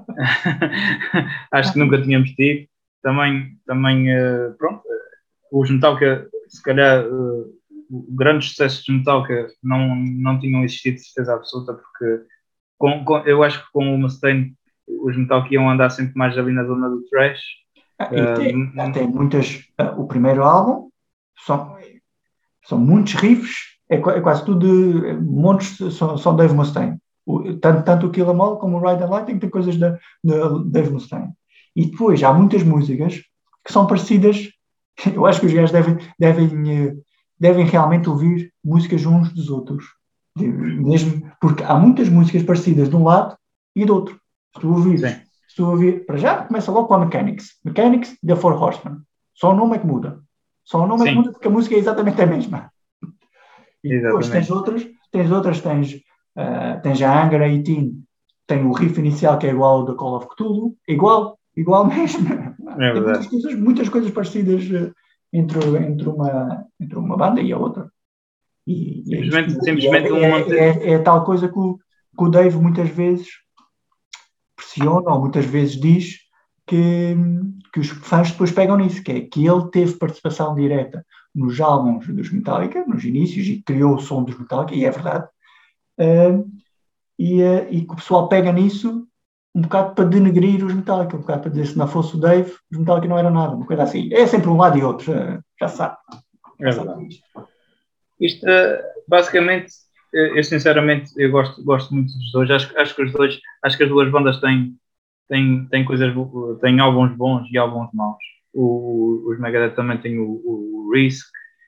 acho que nunca tínhamos tido. Também, também uh, pronto, uh, os Metallica, se calhar, uh, o grande sucesso dos Metallica não, não tinham existido de certeza absoluta, porque com, com, eu acho que com o Mustaine os Metallica iam andar sempre mais ali na zona do thrash. Ah, e tem, uh, tem muitas. Uh, o primeiro álbum são, são muitos riffs, é, é quase tudo. Uh, montes são, são Dave Mustaine. O, tanto, tanto o Kill 'Em All como o Ride the Lightning tem coisas de, de Dave Mustaine. E depois há muitas músicas que são parecidas. Eu acho que os gajos devem, devem, devem realmente ouvir músicas uns dos outros. Mesmo, porque há muitas músicas parecidas de um lado e do outro. Se tu ouvires, se tu ouvir, para já começa logo com a Mechanics. Mechanics The Four Horsemen. Só o nome é que muda. Só o nome Sim. é que muda porque a música é exatamente a mesma. E depois tens outras, tens outras, tens, uh, tens a Anger eighteen, tem o riff inicial que é igual ao da Call of Cthulhu, igual, igual mesmo. É tem muitas coisas, muitas coisas parecidas uh, entre, entre, uma, entre uma banda e a outra. E, simplesmente e, simplesmente é, um é, é, é tal coisa que o, que o Dave muitas vezes pressiona ou muitas vezes diz que, que os fãs depois pegam nisso, que é que ele teve participação direta nos álbuns dos Metallica, nos inícios, e criou o som dos Metallica, e é verdade, uh, e, uh, e que o pessoal pega nisso um bocado para denegrir os Metallica, um bocado para dizer se não fosse o Dave, os Metallica não eram nada, uma coisa assim. É sempre um lado e outro, já, já sabe. Já é sabe. Isto, basicamente, eu sinceramente eu gosto, gosto muito dos dois. Acho, acho que os dois, acho que as duas bandas têm, têm, têm coisas, têm álbuns bons e álbuns maus. O, os Megadeth também têm o, o Risk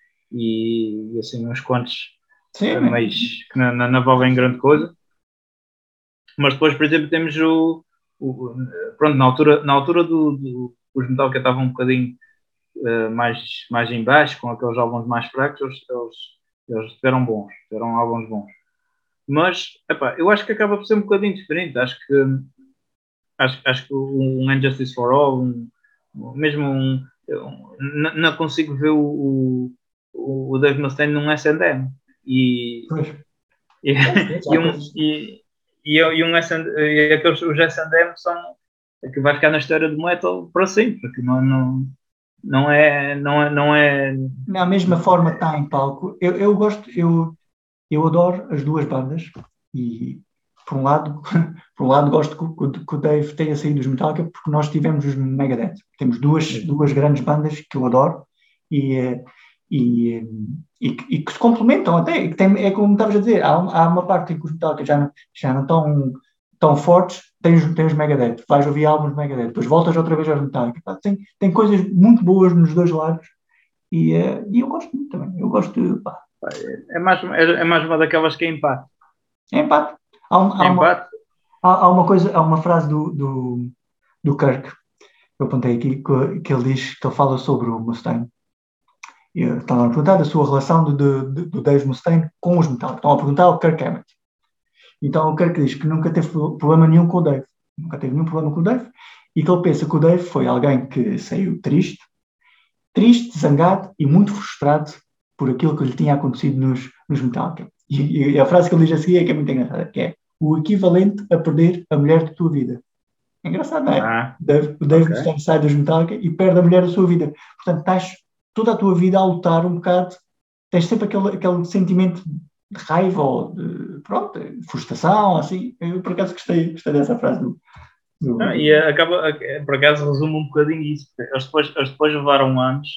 e, e assim uns quantos, Sim, mas que não, não, não valem grande coisa. Mas depois, por exemplo, temos o, o pronto, na altura, na altura do, do os Metallica estavam um bocadinho uh, mais, mais em baixo, com aqueles álbuns mais fracos, eles, eles, eles tiveram bons, tiveram álbuns bons. Mas, epá, eu acho que acaba por ser um bocadinho diferente. Acho que acho, acho que um Injustice for All, um, mesmo um, um não, não consigo ver o, o, o Dave Mustaine num S and M. E, e, e, um, e, e, e um S and, e aqueles, os S and M são que vai ficar na história do metal para sempre, porque não, não, não é não é não é na mesma forma está em palco. Eu, eu gosto, eu, eu adoro as duas bandas e por um lado, por um lado gosto que, que o Dave tenha saído dos Metallica porque nós tivemos os Megadeth. Temos duas, duas grandes bandas que eu adoro e, e, e, e que se complementam até. E que tem, é como estavas a dizer, há, há uma parte em que os Metallica já não, já não estão tão fortes, tens, tens Megadeth, vais ouvir álbuns de Megadeth, depois voltas outra vez aos Metallica. Tem, tem coisas muito boas nos dois lados e, uh, e eu gosto muito também. Eu gosto, pá. É mais, é mais uma daquelas que é empate. É empate. Há, um, há, É uma, empate. há, há uma coisa, há uma frase do, do, do Kirk, eu apontei aqui, que, que ele diz, que ele fala sobre o Mustaine. E estão a perguntar da sua relação do, do, do Dave Mustaine com os Metallica. Estão a perguntar ao Kirk Hammett. Então o Kirk diz que nunca teve problema nenhum com o Dave. Nunca teve nenhum problema com o Dave. E que ele pensa que o Dave foi alguém que saiu triste, triste, zangado e muito frustrado por aquilo que lhe tinha acontecido nos, nos Metallica. E, e a frase que ele diz a seguir é que é muito engraçada, que é o equivalente a perder a mulher da tua vida. É engraçado, não é? Ah, o Dave, o Dave okay. Mustaine sai dos Metallica e perde a mulher da sua vida. Portanto, estás toda a tua vida a lutar um bocado, tens sempre aquele, aquele sentimento de raiva ou de, pronto, de frustração, assim. Eu, por acaso, gostei, gostei dessa frase do... do... Não, e acaba, por acaso, resume um bocadinho isso. Eles depois, eles depois levaram anos.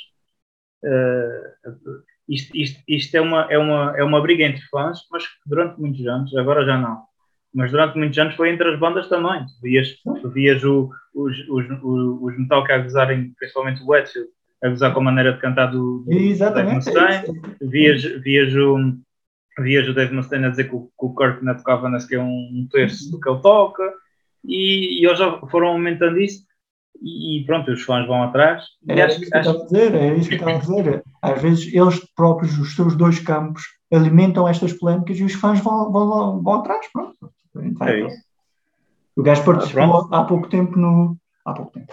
Uh, isto, isto, isto é, uma, é, uma, é uma briga entre fãs, mas durante muitos anos, agora já não, mas durante muitos anos foi entre as bandas também. Tu vias, tu vias o, os, os, os, os Metallica a gozarem, principalmente o Hetfield, a gozar com a maneira de cantar do, do Dave Mustaine. Vias, vias, o, vias o Dave Mustaine a dizer que o, que o Kirk não tocava nem sequer um, um terço do que ele toca, e, e eles já foram aumentando isso. E pronto, os fãs vão atrás. É isso que eu estava a dizer, é isso que eu estava a dizer. Às vezes eles próprios, os seus dois campos, alimentam estas polémicas e os fãs vão, vão, vão atrás, pronto. É isso. O gajo participou ah, há pouco tempo no... Há pouco tempo.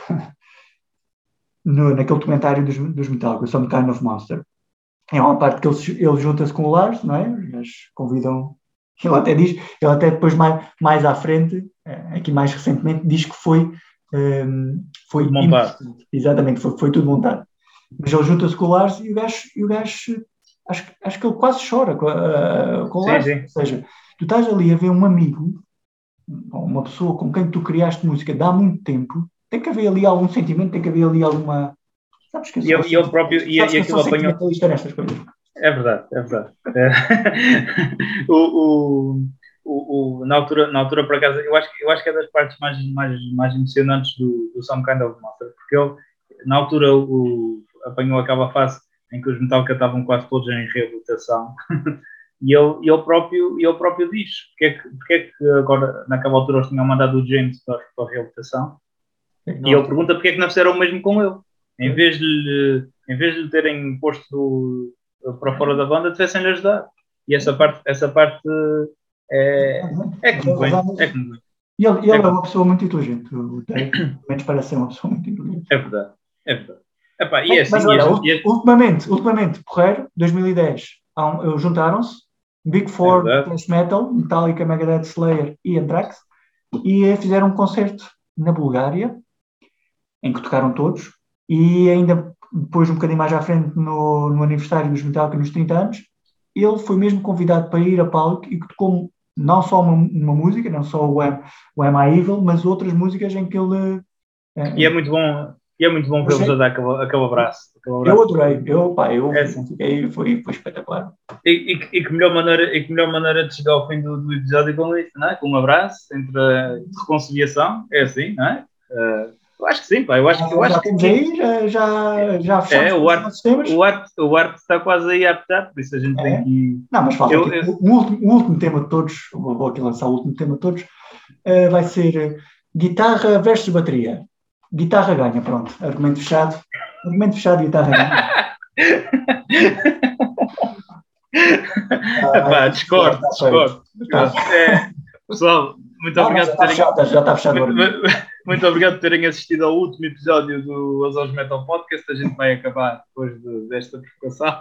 no, naquele documentário dos, dos Metallica, Some Kind of Monster. É uma parte que ele, ele junta-se com o Lars, não é? Eles convidam... Ele até diz, ele até depois mais, mais à frente, aqui mais recentemente, diz que foi... Um, foi tudo montado. Exatamente, foi, foi tudo montado. Mas ele junta-se com o Lars e o gajo, e o gajo acho, acho que ele quase chora com, uh, com o sim, Lars. sim. Ou seja, tu estás ali a ver um amigo, uma pessoa com quem tu criaste música de há muito tempo, tem que haver ali algum sentimento, tem que haver ali alguma. Sabes que eu sou, e eu, eu próprio, e, sabes e que eu sou apanhou... sentimentalista nestas coisas. É verdade, é verdade. É. o, o, o, o, na, altura, na altura, por acaso, eu acho, eu acho que é das partes mais, mais, mais emocionantes do, do Some Kind of Monster, porque ele, na altura, o, apanhou aquela fase em que os Metallica estavam quase todos em reabilitação, e ele, ele, próprio, ele próprio diz porque é, que, porque é que agora, naquela altura, eles tinham mandado o James para, para a reabilitação, é e ele pergunta porque é que não fizeram o mesmo com ele, em vez de lhe, em vez de lhe terem posto para fora da banda, tivessem-lhe ajudado. E essa parte, essa parte é, é como vem. É como vem. E ele, ele é, é uma pessoa muito inteligente. O Dave, pelo menos parece ser uma pessoa muito inteligente. É verdade, é verdade. Epá, e é assim, mas olha, e este... ultimamente, ultimamente, Porreiro, dois mil e dez, um, juntaram-se, Big Four, é Thrash Metal, Metallica, Megadeth, Slayer e Anthrax, e fizeram um concerto na Bulgária, em que tocaram todos, e ainda depois, um bocadinho mais à frente, no, no aniversário dos Metallica, nos trinta anos, ele foi mesmo convidado para ir a palco e que tocou não só uma, uma música, não só o Am, o Am I Evil, mas outras músicas em que ele... É, e é muito bom, e é muito bom vê-los a dar aquele, aquele, abraço, aquele abraço. Eu adorei, eu, pá, eu é assim. fiquei, foi, foi espetacular. E, e, e, que melhor maneira, e que melhor maneira de chegar ao fim do, do episódio com isso, não é? Com um abraço, entre a reconciliação, é assim, não é? Uh, Eu acho que sim, pá. Eu acho, eu já acho estamos que aí, já, já, já fechamos é, o arte, os temas. O arte, o arte está quase aí a apertar, por isso a gente é. tem que... Não, mas falta eu, aqui, eu... O, último, o último tema de todos, vou aqui lançar o último tema de todos, uh, vai ser uh, guitarra versus bateria. Guitarra ganha, pronto. Argumento fechado. Argumento fechado, guitarra ganha. ah, Epá, discordo, tá discordo. Tá. É, pessoal, muito não, obrigado por terem... Já está, já está fechado. Muito, muito obrigado por terem assistido ao último episódio do Azores Metal Podcast. A gente vai acabar depois de, desta provocação.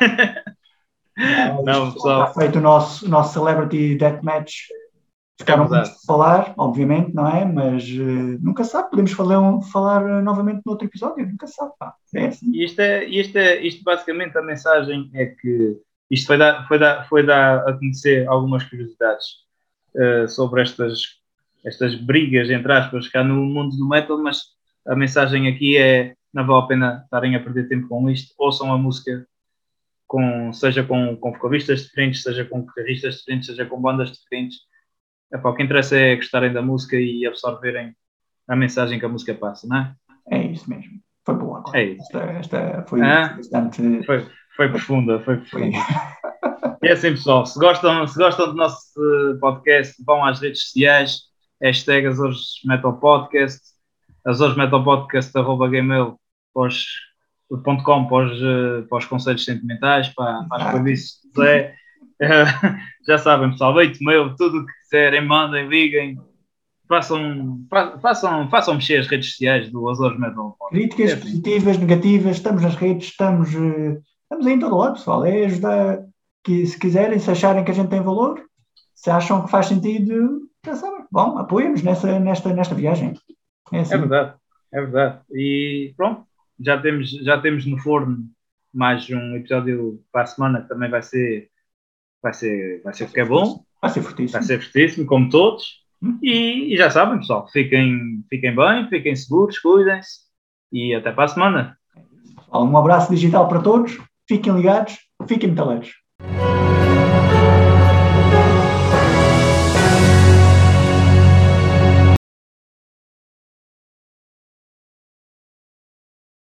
Não, não pessoal. Está feito o nosso, nosso Celebrity Deathmatch. Ficaram é muito a falar, obviamente, não é? Mas uh, nunca sabe, podemos falar, um, falar uh, novamente no outro episódio, nunca sabe, pá. É assim. Isto, é, isto, é, isto basicamente a mensagem é que isto foi dar, foi dar, foi dar a conhecer algumas curiosidades uh, sobre estas, estas brigas, entre aspas, cá no mundo do metal, mas a mensagem aqui é não vale a pena estarem a perder tempo com isto, ouçam a música, com, seja com, com vocalistas diferentes, seja com guitarristas diferentes, seja com bandas diferentes. Epá, o que interessa é gostarem da música e absorverem a mensagem que a música passa, não é? É isso mesmo. Foi boa agora. É isso. Esta, esta foi ah, bastante... Foi, foi profunda, foi profunda. E é assim, pessoal, se gostam, se gostam do nosso uh, podcast, vão às redes sociais, hashtag Azores Metal Podcast, Azores Metal Podcast, arroba gmail ponto com para os, uh, para os conselhos sentimentais, para, para as coisas de Zé. Uh, já sabem, pessoal, leite meu, tudo o que quiserem, mandem, liguem, façam, fa, façam, façam mexer as redes sociais do Azores Metal Podcast. Críticas é assim. positivas, negativas, estamos nas redes, estamos, uh, estamos aí em todo lado, pessoal. É ajudar, que se quiserem, se acharem que a gente tem valor, se acham que faz sentido, já sabem, bom, apoiem-nos nessa, nesta, nesta viagem. É, assim. É verdade, é verdade. E pronto, já temos, já temos no forno mais um episódio para a semana que também vai ser, vai ser, vai ser porque é bom. Vai ser fortíssimo. Vai ser fortíssimo, como todos. Hum. E, e já sabem, pessoal, fiquem, fiquem bem, fiquem seguros, cuidem-se e até para a semana. Um abraço digital para todos, fiquem ligados, fiquem metaleiros.